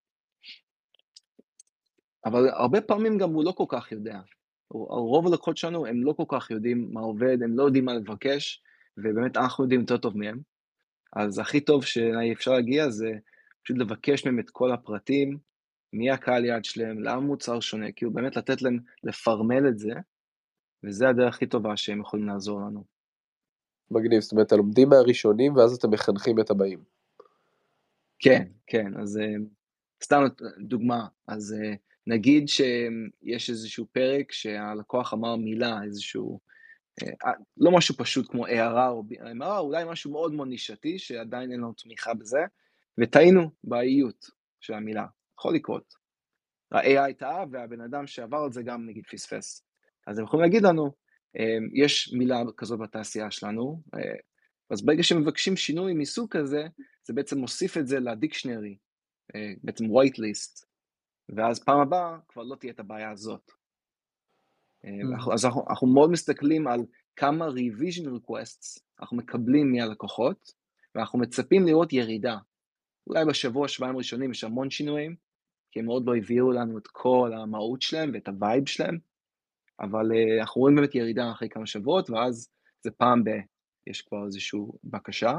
אבל הרבה פעמים גם הוא לא כל כך יודע. הרוב הלקוחות שלנו הם לא כל כך יודעים מה עובד, הם לא יודעים מה לבקש, ובאמת אנחנו יודעים יותר טוב מהם. אז הכי טוב שאפשר להגיע זה פשוט לבקש מהם את כל הפרטים, מי הקהל יעד שלהם, למה מוצר שונה, כאילו באמת לתת להם לפרמל את זה, וזה הדרך הכי טובה שהם יכולים לעזור לנו. מגניב, זאת אומרת, אתם לומדים מהראשונים ואז אתם מחנכים את הבאים. כן, כן, אז סתם דוגמה, אז נגיד שיש איזשהו פרק שהלקוח אמר מילה, איזשהו, לא משהו פשוט כמו הערה או הערה, אולי משהו מאוד מאוד נישתי שעדיין אין לנו תמיכה בזה, וטעינו באיות של המילה, יכול לקרות. ה-איי איי טעה והבן אדם שעבר על זה גם נגיד פספס. אז הם יכולים להגיד לנו, יש מילה כזאת בתעשייה שלנו, אז ברגע שמבקשים שינוי מסוג כזה, זה בעצם מוסיף את זה לדיקשנרי, בעצם white list, ואז פעם הבאה כבר לא תהיה את הבעיה הזאת. Mm-hmm. אז אנחנו, אנחנו מאוד מסתכלים על כמה revision requests אנחנו מקבלים מהלקוחות, ואנחנו מצפים לראות ירידה. אולי בשבוע, שבועיים ראשונים יש המון שינויים, כי הם מאוד לא הביאו לנו את כל המהות שלהם ואת הווייב שלהם, אבל אנחנו רואים באמת ירידה אחרי כמה שבועות, ואז זה פעם ב... יש כבר איזושהי בקשה.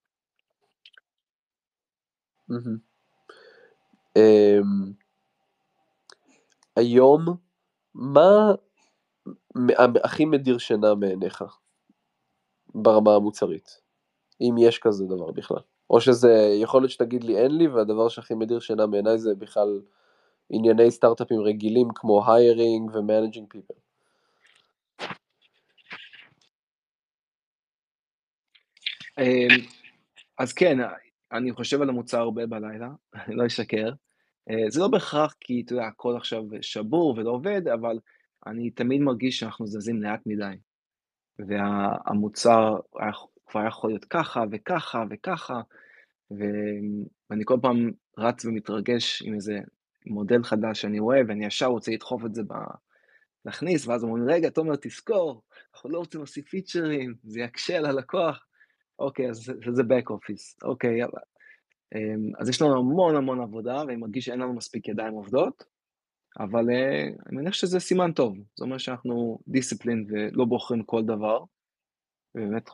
היום, מה הכי מדיר שינה מעיניך ברמה המוצרית? אם יש כזה דבר בכלל. או שזה, יכול להיות שתגיד לי אין לי, והדבר שהכי מדיר שינה מעיניי זה בכלל ענייני סטארט-אפים רגילים, כמו hiring ו-managing people. אז כן, אני חושב על המוצר הרבה בלילה, לא אשקר. זה לא בהכרח כי, אתה יודע, הכל עכשיו שבור ולא עובד, אבל אני תמיד מרגיש שאנחנו זזים לאט מדי. והמוצר כבר יכול להיות ככה וככה וככה, ואני כל פעם רץ ומתרגש עם איזה מודל חדש שאני רואה, ואני ישר רוצה לדחוף את זה ב... להכניס, ואז אומרים, רגע, תומר, תזכור, אנחנו לא רוצים להוסיף פיצ'רים, זה יקשה על הלקוח. אוקיי, אז זה, זה back office, אוקיי, אז יש לנו המון המון עבודה, ואני מרגיש שאין לנו מספיק ידיים עובדות, אבל אני מניח שזה סימן טוב, זאת אומרת שאנחנו דיסציפלין ולא בוחרים כל דבר, ובאמת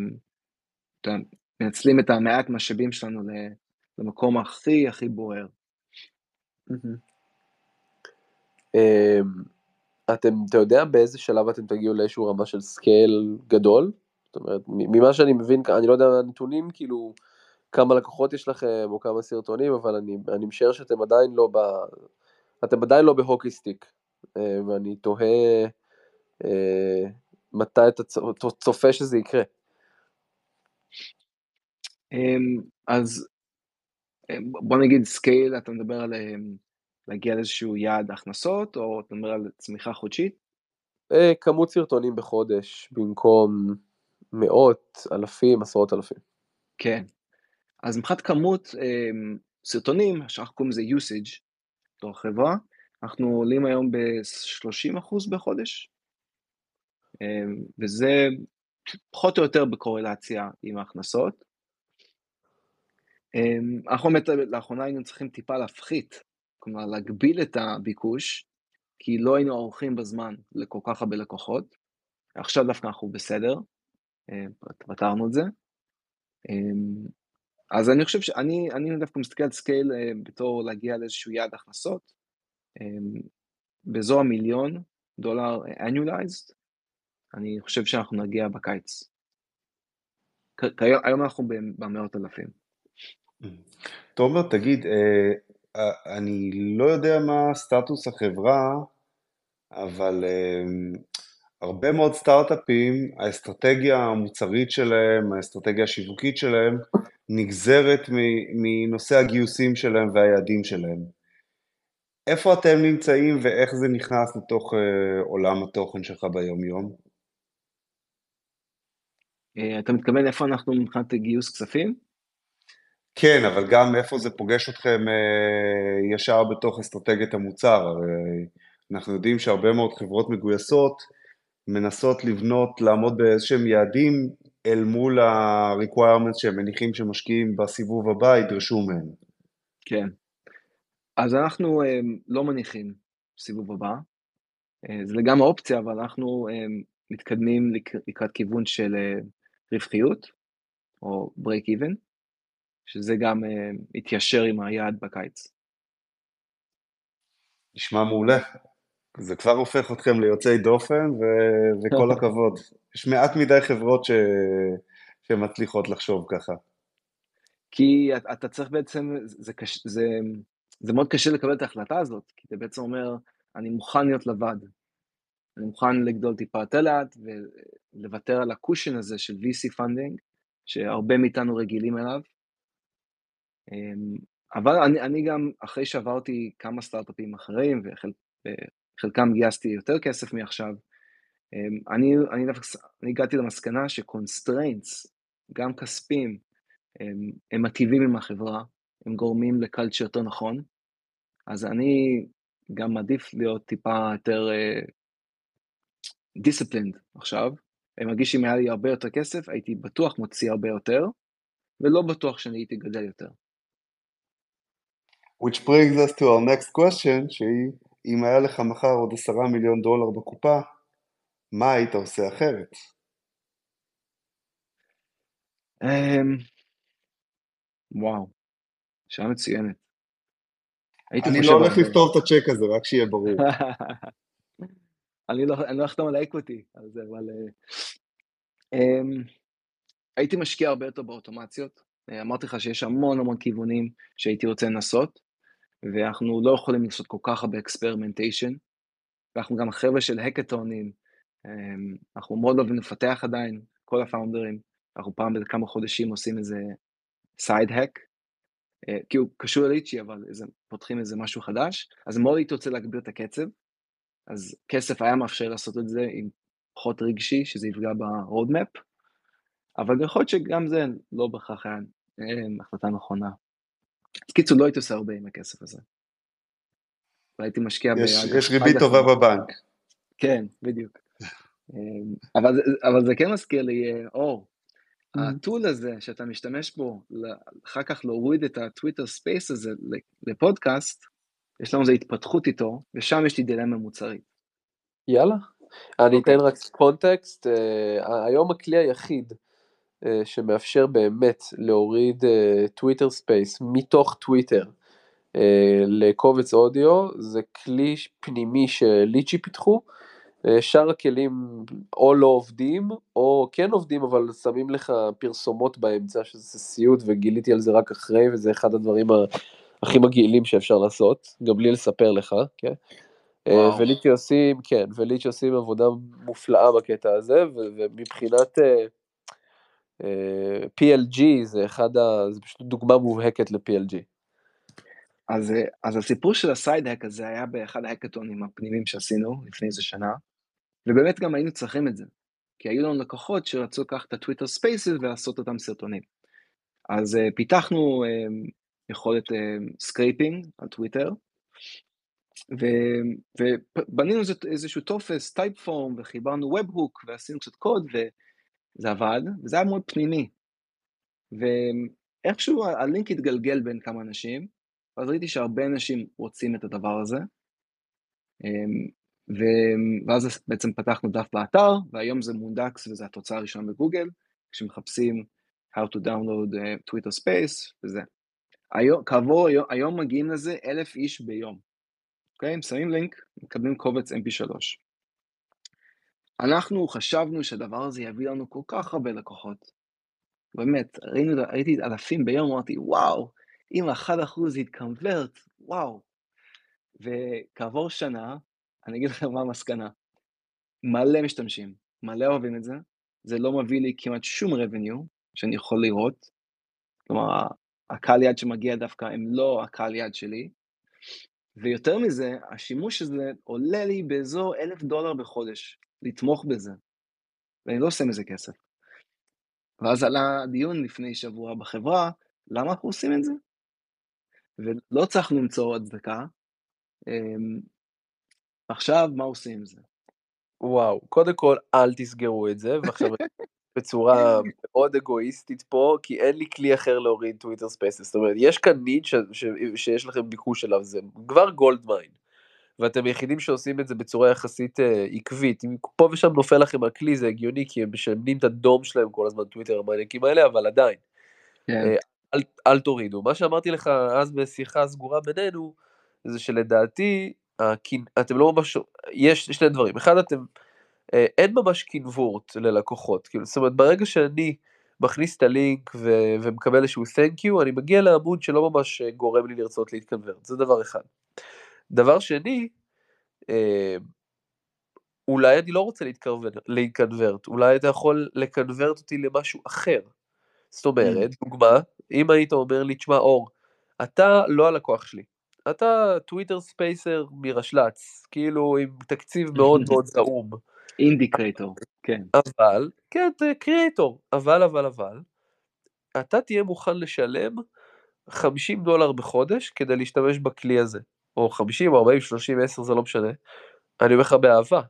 מנצלים את המעט משאבים שלנו למקום הכי הכי בוער. אתם, אתה יודע באיזה שלב אתם תגיעו לאיזשהו רמה של סקייל גדול? זאת אומרת, ממה שאני מבין, אני לא יודע הנתונים, כאילו, כמה לקוחות יש לכם, או כמה סרטונים, אבל אני, אני משער שאתם עדיין לא ב... אתם עדיין לא בהוקי סטיק, ואני תוהה מתי אתה צופה שזה יקרה. אז בוא נגיד סקייל, אתה מדבר על להגיע לאיזשהו יעד הכנסות, או אתה מדבר על צמיחה חודשית? כמות סרטונים בחודש, במקום מאות, אלפים, עשרות אלפים. כן. אז מבחינת כמות סרטונים, שאנחנו קוראים לזה usage, בתור חברה, אנחנו עולים היום ב-שלושים אחוז בחודש, וזה פחות או יותר בקורלציה עם ההכנסות. אנחנו באמת לאחרונה היינו צריכים טיפה להפחית, כלומר להגביל את הביקוש, כי לא היינו ערוכים בזמן לכל כך הרבה לקוחות. עכשיו דווקא אנחנו בסדר, פתרנו את זה. אז אני חושב שאני אני דווקא מסתכל על סקייל בתור להגיע לאיזשהו יעד הכנסות, באזור המיליון דולר annualized, אני חושב שאנחנו נגיע בקיץ. היום אנחנו במאות אלפים. תומר, תגיד, אני לא יודע מה סטטוס החברה, אבל הרבה מאוד סטארט-אפים, האסטרטגיה המוצרית שלהם, האסטרטגיה השיווקית שלהם, נגזרת מנושא הגיוסים שלהם והיעדים שלהם. איפה אתם נמצאים ואיך זה נכנס לתוך עולם התוכן שלך ביום-יום? אתה מתכוון איפה אנחנו מבחינת גיוס כספים? כן, אבל גם איפה זה פוגש אתכם ישר בתוך אסטרטגיית המוצר. הרי אנחנו יודעים שהרבה מאוד חברות מגויסות מנסות לבנות, לעמוד באיזשהם יעדים אל מול ה-requirements שהם מניחים שמשקיעים בסיבוב הבא, ידרשו מהם. כן. אז אנחנו לא מניחים סיבוב הבא. זה לגמרי אופציה, אבל אנחנו מתקדמים לקראת כיוון של רווחיות, או break even, שזה גם מתיישר עם היעד בקיץ. נשמע מעולה. זה כבר הופך אתכם ליוצאי דופן, ו- וכל הכבוד. יש מעט מדי חברות ש- שמצליחות לחשוב ככה. כי אתה צריך בעצם, זה, קש, זה, זה מאוד קשה לקבל את ההחלטה הזאת, כי אתה בעצם אומר, אני מוכן להיות לבד. אני מוכן לגדול טיפה יותר לאט, ולוותר על הקושן הזה של וי סי funding, שהרבה מאיתנו רגילים אליו. אבל אני, אני גם, אחרי שעברתי כמה סטארט-אפים אחרים, וחלקם גייסתי יותר כסף מעכשיו, אני, אני, אני הגעתי למסקנה שקונסטריינטס, גם כספים, הם, הם מטיבים עם החברה, הם גורמים לקלצ'ר יותר נכון, אז אני גם מעדיף להיות טיפה יותר דיסציפלינד uh, עכשיו, אני מרגיש שאם היה לי הרבה יותר כסף, הייתי בטוח מוציא הרבה יותר, ולא בטוח שאני הייתי גדל יותר. Which brings us to our next question, שהיא, אם היה לך מחר עוד עשרה מיליון דולר בקופה, מה היית עושה אחרת? Um, וואו, שאלה מצוינת. אני לא הולך לפתור את הצ'ק הזה, רק שיהיה ברור. אני לא, אני לא אחתום על האקוויטי, על זה, אבל... Um, הייתי משקיע הרבה יותר באוטומציות. אמרתי לך שיש המון המון כיוונים שהייתי רוצה לנסות, ואנחנו לא יכולים לעשות כל כך הרבה אקספרימנטיישן, ואנחנו גם חבר'ה של הקטונים, אנחנו מאוד אוהבים לפתח עדיין, כל הפאונדרים, אנחנו פעם בכמה חודשים עושים איזה סייד האק, כי הוא קשור לליצ'י, אבל איזה, פותחים איזה משהו חדש, אז מאוד הייתי רוצה להגביר את הקצב, אז כסף היה מאפשר לעשות את זה עם פחות רגשי, שזה יפגע ברודמפ, אבל יכול להיות שגם זה לא בכך היה החלטה נכונה. אז קיצור, לא הייתי עושה הרבה עם הכסף הזה. והייתי משקיע יש, יש ריבית טובה בבנק. כן, בדיוק. אבל, אבל זה כן מזכיר לי, אור, הטול הזה שאתה משתמש בו, אחר כך להוריד את הטוויטר ספייס הזה לפודקאסט, יש לנו איזו התפתחות איתו, ושם יש לי דילמה מוצרית. יאללה. אני אתן רק קונטקסט, היום הכלי היחיד שמאפשר באמת להוריד טוויטר ספייס מתוך טוויטר לקובץ אודיו, זה כלי פנימי שליצ'י פיתחו, שאר הכלים או לא עובדים, או כן עובדים, אבל שמים לך פרסומות באמצע, שזה סיוט, וגיליתי על זה רק אחרי, וזה אחד הדברים הכי מגעילים שאפשר לעשות, גם בלי לספר לך, כן? וליצ'י עושים, כן, וליצ'י עושים עבודה מופלאה בקטע הזה, ומבחינת פי אל ג'י, זה אחד, זה פשוט דוגמה מובהקת ל-פי אל ג'י. אז, אז הסיפור של הסייד-האק הזה היה באחד ההקטונים הפנימיים שעשינו לפני איזה שנה, ובאמת גם היינו צריכים את זה, כי היו לנו לקוחות שרצו לקחת את הטוויטר ספייסס ולעשות אותם סרטונים. אז uh, פיתחנו uh, יכולת סקרייפינג uh, על טוויטר, ו- ובנינו איזשהו טופס, טייפ פורם, וחיברנו ווב-הוק, ועשינו קצת קוד, וזה עבד, וזה היה מאוד פנימי. ואיכשהו הלינק התגלגל בין כמה אנשים, אז ראיתי שהרבה אנשים רוצים את הדבר הזה, ו- ואז בעצם פתחנו דף באתר, והיום זה מונדקס, וזה התוצאה הראשונה בגוגל, כשמחפשים how to download uh, Twitter Space, וזה. היום, כעבור, היום, היום מגיעים לזה אלף איש ביום. אוקיי? הם שמים לינק, מקבלים קובץ אם פי שלוש. אנחנו חשבנו שהדבר הזה יביא לנו כל כך הרבה לקוחות. באמת, ראינו, ראיתי אלפים ביום, אמרתי, וואו, אם אחד אחוז יתקנברט, וואו. וכעבור שנה, אני אגיד לכם מה המסקנה. מלא משתמשים, מלא אוהבים את זה, זה לא מביא לי כמעט שום revenue שאני יכול לראות, כלומר, הקהל יד שמגיע דווקא הם לא הקהל יד שלי, ויותר מזה, השימוש הזה עולה לי באזור אלף דולר בחודש, לתמוך בזה, ואני לא עושה מזה כסף. ואז עלה דיון לפני שבוע בחברה, למה אנחנו עושים את זה? ולא צריכנו למצוא הצדקה, עכשיו מה עושים עם זה? וואו, קודם כל אל תסגרו את זה, ועכשיו בצורה מאוד אגואיסטית פה, כי אין לי כלי אחר להוריד טוויטר ספייסס, זאת אומרת, יש כאן ניד ש- ש- שיש לכם ביקוש אליו, זה כבר גולד מיין, ואתם היחידים שעושים את זה בצורה יחסית אה, עקבית, אם פה ושם נופל לכם הכלי, זה הגיוני, כי הם משלמים את הדום שלהם כל הזמן, טוויטר המענקים האלה, אבל עדיין, כן. אה, אל, אל תורידו. מה שאמרתי לך אז בשיחה סגורה בינינו, זה שלדעתי, הכין, אתם לא ממש, יש שני דברים, אחד אתם, אין ממש קינבורט ללקוחות, כאילו, זאת אומרת, ברגע שאני מכניס את הלינק ו- ומקבל איזשהו thank you, אני מגיע לעמוד שלא ממש גורם לי לרצות להתקנברט, זה דבר אחד. דבר שני, אה, אולי אני לא רוצה להתקנברט, אולי אתה יכול לקנברט אותי למשהו אחר. זאת אומרת, דוגמה, אם היית אומר לי, תשמע אור, אתה לא הלקוח שלי, אתה טוויטר ספייסר מרשלץ, כאילו עם תקציב מאוד מאוד זעום. אינדיקטור, כן. אבל, כן, קריאטור, אבל, אבל, אבל, אתה תהיה מוכן לשלם חמישים דולר בחודש כדי להשתמש בכלי הזה, או חמישים, ארבעים, שלושים, עשר, זה לא משנה, אני אומר לך באהבה.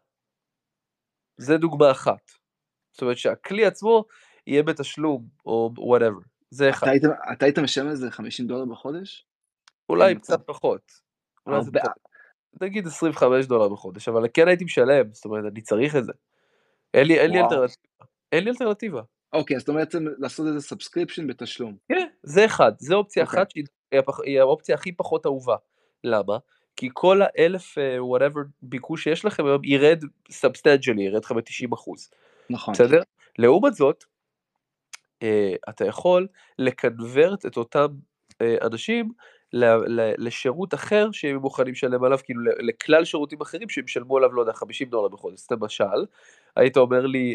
זה דוגמה אחת. זאת אומרת שהכלי עצמו יהיה בתשלום, או whatever. זה אחד. אתה היית משלם לזה חמישים דולר בחודש? אולי קצת פחות. אולי זה קצת, נגיד עשרים וחמישה דולר בחודש, אבל כן הייתי משלם, זאת אומרת, אני צריך את זה. אין לי, אין לי אלטרנטיבה. אין לי אלטרנטיבה. אוקיי, אז זאת אומרת לעשות איזה סאבסקריפשן בתשלום. כן, זה אחד. זה אופציה אחת שהיא האופציה הכי פחות אהובה. למה? כי כל האלף, whatever, ביקוש שיש לכם היום, ירד substantially, ירד לך ב-תשעים אחוז. נכון. בסדר? לעומת זאת, אתה יכול לקנברט את אותם אנשים לשירות אחר שהם מוכנים לשלם עליו, כאילו לכלל שירותים אחרים שהם משלמו עליו, לא יודע, חמישים דולר בחודש. למשל, היית אומר לי,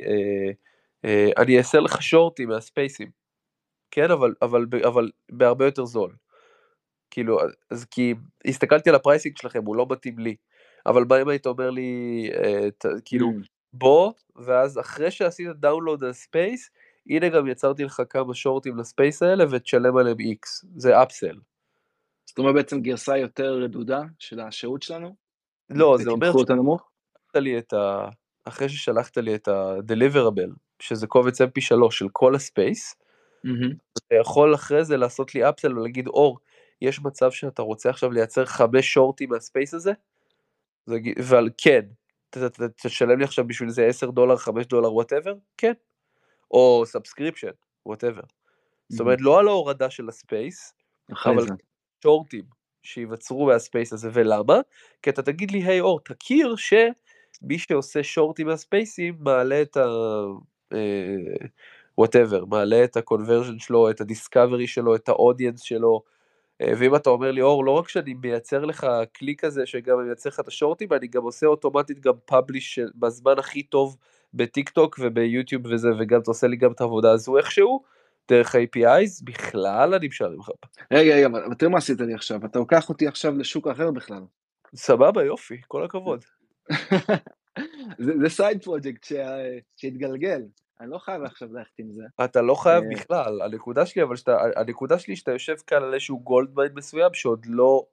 אני אעשה לך שורטים מהספייסים, כן, אבל, אבל, אבל בהרבה יותר זול. כאילו, אז כי הסתכלתי על הפרייסינג שלכם, הוא לא מתאים לי. אבל מה אם היית אומר לי, כאילו, בוא, ואז אחרי שעשית דאונלוד על ספייס, הנה גם יצרתי לך כמה שורטים לספייס האלה, ותשלם עליהם X, זה אפסל. זאת אומרת בעצם גרסה יותר רדודה של השירות שלנו? לא, זה אומר תמחור יותר נמוך? לי את ה... אחרי ששלחת לי את ה-deliverable, שזה קובץ אם פי שלוש של כל הספייס, אתה יכול אחרי זה לעשות לי אפסל ולהגיד, אור, יש מצב שאתה רוצה עכשיו לייצר חמש שורטים מהספייס הזה? ועל כן, תשלם לי עכשיו בשביל זה עשר דולר, חמש דולר, whatever? כן. או סאבסקריפשן, whatever. זאת אומרת, לא על ההורדה של הספייס, אבל שורטים שיווצרו מהספייס הזה, ולמה? כי אתה תגיד לי, היי אור, תכיר שמי שעושה שורטים מהספייסים, מעלה את ה... whatever, מעלה את ה-conversion שלו, את ה-discovery שלו, את ה-audience שלו, ואם אתה אומר לי, אור, לא רק שאני מייצר לך כלי כזה, שגם אני מייצר לך את השורטים, אני גם עושה אוטומטית גם פאבליש בזמן הכי טוב בטיק טוק וביוטיוב וזה, וגם אתה עושה לי גם את העבודה הזו איכשהו, דרך איי פי איז, בכלל אני משלם לך. רגע, רגע, אבל תראה מה עשית לי עכשיו, אתה לוקח אותי עכשיו לשוק אחר בכלל. סבבה, יופי, כל הכבוד. זה סייד פרוג'קט שהתגלגל. אני לא חייב עכשיו ללכת עם זה. אתה לא חייב בכלל, הנקודה שלי, אבל שאתה, הנקודה שלי שאתה יושב כאן על איזשהו גולדמיין מסוים, שעוד לא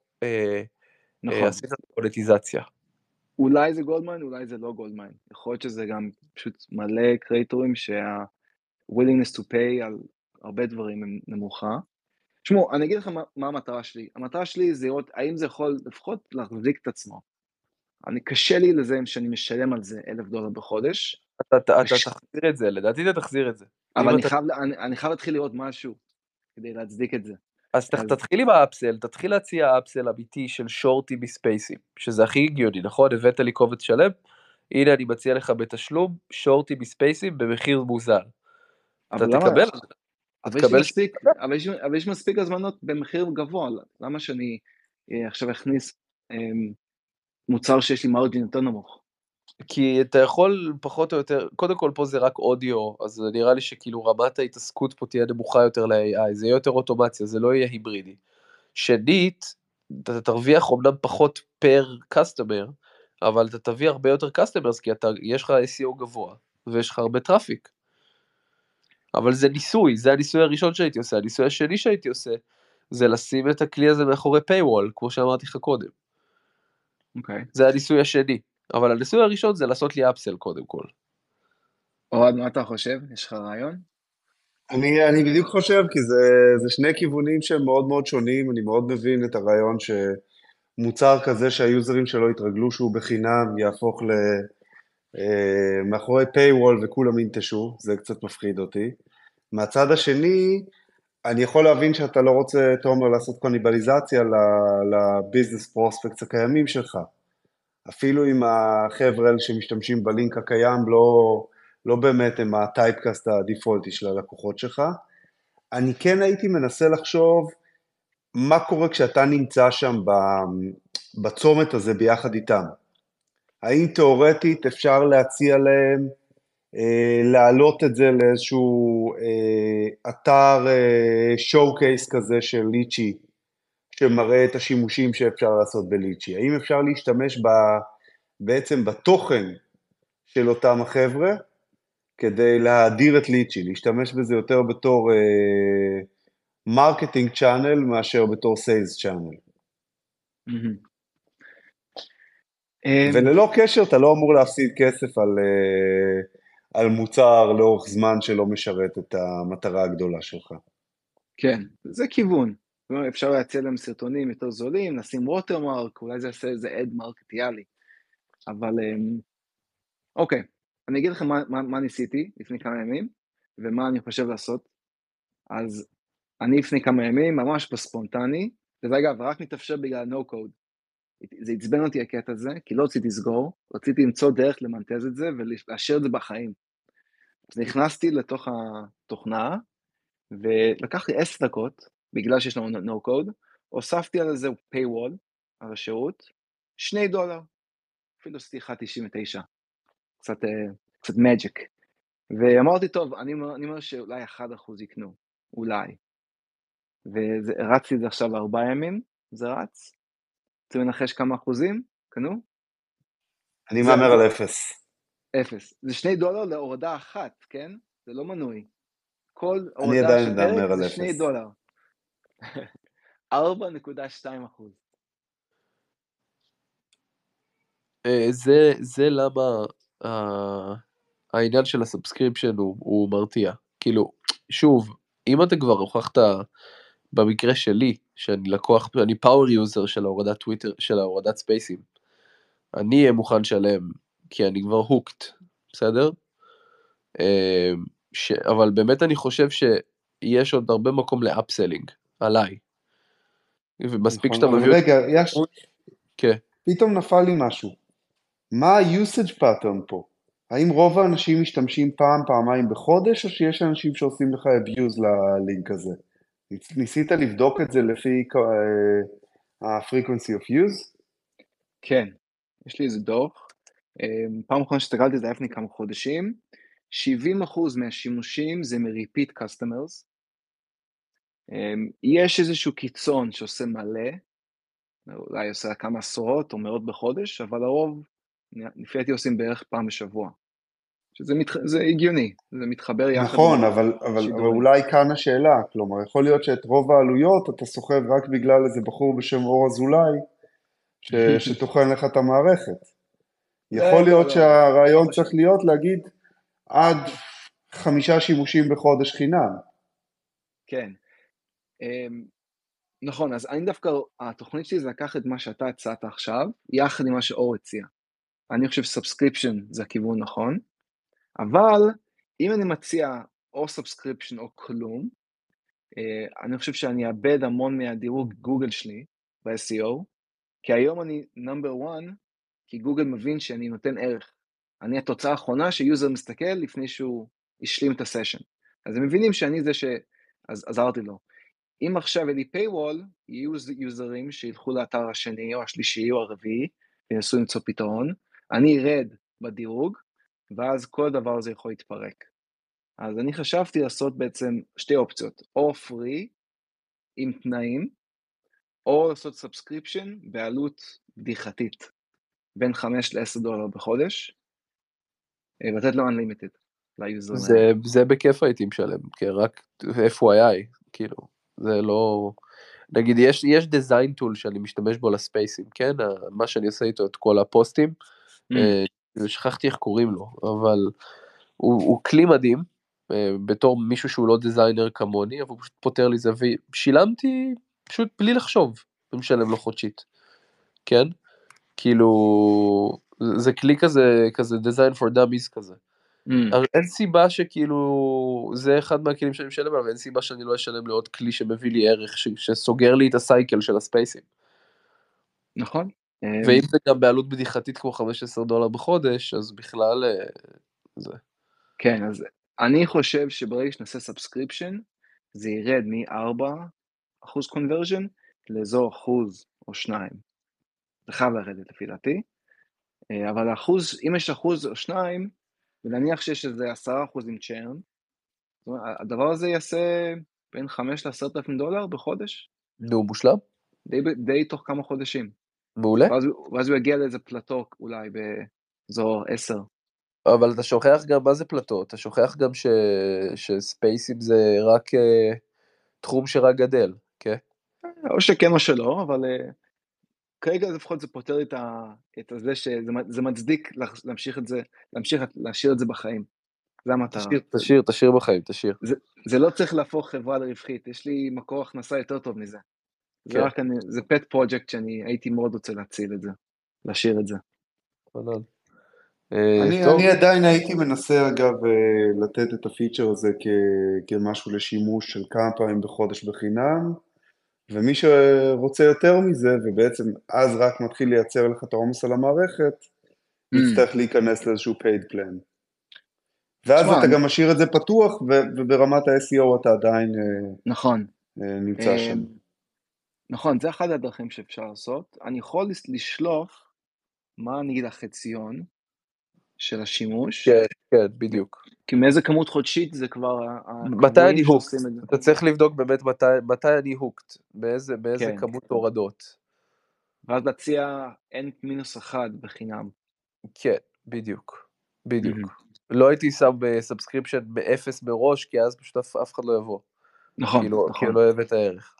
עשית מוניטיזציה. אולי זה גולדמיין, אולי זה לא גולדמיין. יכול להיות שזה גם פשוט מלא קריאטורים שה-willingness to pay על הרבה דברים הם נמוכה. תשמעו, אני אגיד לכם מה, מה המטרה שלי. המטרה שלי זה לראות האם זה יכול לפחות להחזיק את עצמו. אני קשה לי לזה שאני משלם על זה אלף דולר בחודש. אתה, אתה, אתה תחזיר את זה, לדעתי אתה תחזיר את זה. אבל אני, אתה... חייב, אני, אני חייב להתחיל לראות משהו כדי להצדיק את זה. אז, אז... תתחיל עם האפסל, תתחיל להציע אפסל אמיתי של שורטים בספייסים, שזה הכי הגיוני, נכון? הבאת לי קובץ שלם, הנה אני מציע לך בתשלום, שורטים בספייסים במחיר מוזל. אתה תקבל... אבל יש, מספיק, אבל, יש, אבל יש מספיק הזמנות במחיר גבוה, למה שאני עכשיו אכניס אמ, מוצר שיש לי מרג'ין יותר נמוך? כי אתה יכול פחות או יותר, קודם כל פה זה רק אודיו, אז נראה לי שכאילו רמת ההתעסקות פה תהיה נמוכה יותר ל-איי איי, זה יהיה יותר אוטומציה, זה לא יהיה היברידי. שנית, אתה תרוויח אומנם פחות פר קסטומר, אבל אתה תביא הרבה יותר קסטומרס, כי אתה, יש לך אס אי או גבוה, ויש לך הרבה טראפיק. אבל זה ניסוי, זה הניסוי הראשון שהייתי עושה, הניסוי השני שהייתי עושה, זה לשים את הכלי הזה מאחורי paywall, כמו שאמרתי לך קודם. אוקיי. זה הניסוי השני, אבל הניסוי הראשון זה לעשות לי אפסל קודם כל. אוהד, מה אתה חושב? יש לך רעיון? אני, אני בדיוק חושב, כי זה, זה שני כיוונים שהם מאוד מאוד שונים, אני מאוד מבין את הרעיון שמוצר כזה שהיוזרים שלו התרגלו שהוא בחינם, יהפוך ל... מאחורי paywall וכולם ינטשו, זה קצת מפחיד אותי. מהצד השני, אני יכול להבין שאתה לא רוצה, תומר, לעשות קוניבליזציה לביזנס פרוספקטס הקיימים שלך. אפילו אם החבר'ה שמשתמשים בלינק הקיים לא, לא באמת הם הטייפקאסט הדיפולטי של הלקוחות שלך. אני כן הייתי מנסה לחשוב מה קורה כשאתה נמצא שם בצומת הזה ביחד איתם. האם תיאורטית אפשר להציע להם אה, להעלות את זה לאיזשהו אה, אתר אה, שואו-קייס כזה של ליצ'י, שמראה את השימושים שאפשר לעשות בליצ'י? האם אפשר להשתמש ב, בעצם בתוכן של אותם החבר'ה, כדי להאדיר את ליצ'י, להשתמש בזה יותר בתור מרקטינג uh, צ'אנל, מאשר בתור סיילס צ'אנל. Mm-hmm. וללא קשר, אתה לא אמור להפסיד כסף על, uh, על מוצר לאורך זמן שלא משרת את המטרה הגדולה שלך. כן, זה כיוון. אפשר להציע להם סרטונים יותר זולים, נשים ווטרמרק, אולי זה יעשה איזה אד מרקטיאלי. אבל, אוקיי, אני אגיד לכם מה, מה, מה ניסיתי לפני כמה ימים, ומה אני חושב לעשות. אז אני לפני כמה ימים, ממש בספונטני, וזה אגב, רק מתאפשר בגלל no-code. זה הצבן אותי הקטע הזה, כי לא רציתי לסגור, רציתי למצוא דרך למנטז את זה, ולאשר את זה בחיים. אז נכנסתי לתוך התוכנה, ולקח לי עשר דקות, בגלל שיש לנו no-code, הוספתי על זה paywall, על השירות, שני דולר, אפילו עשיתי אחת נקודה תשעים ותשע, קצת, קצת magic. ואמרתי, טוב, אני, אני אומר שאולי אחד אחוז יקנו, אולי. ורצתי את זה עכשיו ארבעה ימים, זה רץ. רוצים לנחש כמה אחוזים? קנו? אני מאמר על אפס. אפס. זה שני דולר להורדה אחת, כן? זה לא מנוי. כל אני הורדה עדיין של מאמר פרק על זה אפס. שני דולר. ארבע נקודה שתיים אחוז. זה, זה למה uh, העניין של הסאבסקריפשן הוא, הוא מרתיע. כאילו, שוב, אם אתה כבר הוכחת, במקרה שלי, שאני לקוח, אני פאוור יוזר של ההורדת טוויטר, של ההורדת ספייסים, אני אהיה מוכן שלם, כי אני כבר הוקט, בסדר? ש... אבל באמת אני חושב שיש עוד הרבה מקום לאפסלינג, עליי. ומספיק שאתה מביא... רגע, יש... כן. פתאום נפל לי משהו. מה ה-usage pattern פה? האם רוב האנשים משתמשים פעם, פעמיים בחודש, או שיש אנשים שעושים לך abuse ללינק הזה? ניסית לבדוק את זה לפי ה-frequency of use? כן, יש לי איזה דוח. פעם אחרונה שסתכלתי זה היה לפני כמה חודשים. שבעים אחוז מהשימושים זה מ-repeat customers. יש איזשהו קיצון שעושה מלא, אולי עושה כמה עשרות או מאות בחודש, אבל הרוב, לפי הייתי עושים בערך פעם בשבוע. שזה מתח... זה הגיוני, זה מתחבר יחד. נכון, אבל, אבל, אבל אולי כאן השאלה, כלומר, יכול להיות שאת רוב העלויות אתה סוחב רק בגלל איזה בחור בשם אור אזולאי, ש... שתוכן לך את המערכת. יכול להיות שהרעיון צריך להיות להגיד עד חמישה שימושים בחודש חינם. כן. נכון, אז אני דווקא, התוכנית שלי זה לקח את מה שאתה הצעת עכשיו, יחד עם מה שאור הציע. אני חושב סאבסקריפשן זה הכיוון נכון, אבל אם אני מציע או סאבסקריפשן או כלום, אני חושב שאני אאבד המון מהדירוג גוגל שלי ב-אס אי או, כי היום אני נאמבר וואן, כי גוגל מבין שאני נותן ערך. אני התוצאה האחרונה שיוזר מסתכל לפני שהוא השלים את הסשן. אז הם מבינים שאני זה שעזרתי לו. אם עכשיו יהיה לי paywall, יהיו יוזרים שילכו לאתר השני או השלישי או הרביעי, וינסו למצוא פתרון, אני ארד בדירוג, ואז כל הדבר הזה יכול להתפרק. אז אני חשבתי לעשות בעצם שתי אופציות, או free עם תנאים, או לעשות subscription בעלות בדיחתית, בין חמש לעשר דולר בחודש, ולתת לו unlimited ליוזרים. זה, זה בכיף הייתי משלם, כי רק אף וואי איי, כאילו, זה לא... נגיד, יש, יש design tool שאני משתמש בו לספייסים, כן? מה שאני עושה איתו את כל הפוסטים, mm. שכחתי איך קוראים לו, אבל הוא, הוא כלי מדהים, בתור מישהו שהוא לא דיזיינר כמוני, אבל הוא פשוט פותר לי זה, ושילמתי פשוט בלי לחשוב, ומשלם לו חודשית, כן? כאילו, זה כלי כזה, כזה design for dummies כזה. Mm. אין סיבה שכאילו, זה אחד מהכלים שאני משלם עליו, אין סיבה שאני לא אשלם לעוד כלי שמביא לי ערך, ש, שסוגר לי את הסייקל של הספייסים. נכון. ואם זה גם בעלות בדיחתית כמו חמישה עשר דולר בחודש, אז בכלל זה. כן, אז אני חושב שברגע שנעשה סאבסקריפשן, זה ירד מ-ארבע אחוז קונברז'ן לאזור אחוז או שניים. זה חייב לרדת לפי דעתי, אבל האחוז, אם יש אחוז או שניים, ונניח שיש איזה עשרה אחוז עם צ'רן, הדבר הזה יעשה בין חמש לעשרת אלפים דולר בחודש. נו, מושלם. די, די תוך כמה חודשים. מעולה. ואז, ואז הוא יגיע לאיזה פלטו אולי באזור עשר. אבל אתה שוכח גם מה זה פלטו, אתה שוכח גם ש... שספייסים זה רק uh, תחום שרק גדל, כן? או שכן או שלא, אבל uh, כרגע לפחות זה פותר את, ה... את זה שזה מצדיק להמשיך את זה, להמשיך להשאיר את זה בחיים. זה המטרה. תשאיר, תשאיר, תשאיר בחיים, תשאיר. זה, זה לא צריך להפוך חברה לרווחית, יש לי מקור הכנסה יותר טוב מזה. זה כן. רק אני, זה pet project שאני הייתי מאוד רוצה להציל את זה, להשאיר את זה. תודה. אני, אני עדיין הייתי מנסה אגב לתת את הפיצ'ר הזה כ- כמשהו לשימוש של כמה פעמים בחודש בחינם, ומי שרוצה יותר מזה ובעצם אז רק מתחיל לייצר לך את העומס על המערכת, mm. יצטרך להיכנס לאיזשהו paid plan. ואז שמה, אתה אני... גם משאיר את זה פתוח ו- וברמת ה-אס אי או אתה עדיין נכון. נמצא שם. נכון, זה אחד הדרכים שאפשר לעשות. אני יכול לשלוף מה נגיד החציון, של השימוש. כן, כן, בדיוק. כי מאיזה כמות חודשית זה כבר... מתי אני הוקט? אתה צריך לבדוק באמת מתי, מתי אני הוקט, באיזה, באיזה כן. כמות הורדות. ואז להציע n מינוס אחד בחינם. כן, בדיוק, בדיוק. Mm-hmm. לא הייתי שם בסאבסקריפשן באפס מראש, כי אז פשוט אף, אף אחד לא יבוא. נכון, כי לא, נכון. כי לא אוהב את הערך.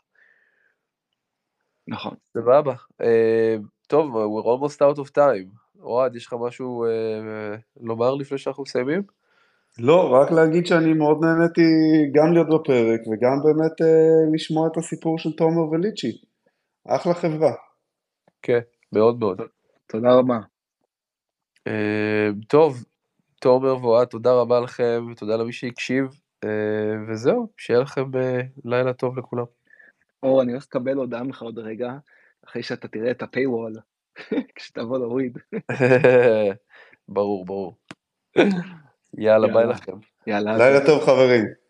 נכון. סבבה. Uh, טוב, we're almost out of time. אוהד, יש לך משהו uh, לומר לפני שאנחנו מסיימים? לא, רק להגיד שאני מאוד נהניתי גם להיות בפרק, וגם באמת אה, לשמוע את הסיפור של תומר וליצ'י. אחלה חברה. כן, מאוד מאוד. תודה רבה. אה, טוב, תומר ואוהד, תודה רבה לכם, ותודה למי שהקשיב, אה, וזהו, שיהיה לכם אה, לילה טוב לכולם. אור, אני הולך לקבל הודעה ממך עוד רגע, אחרי שאתה תראה את הפיי-וול, כשתבוא להוריד. ברור, ברור. יאללה, ביי יאללה. לכם. יאללה, לילה טוב חברים.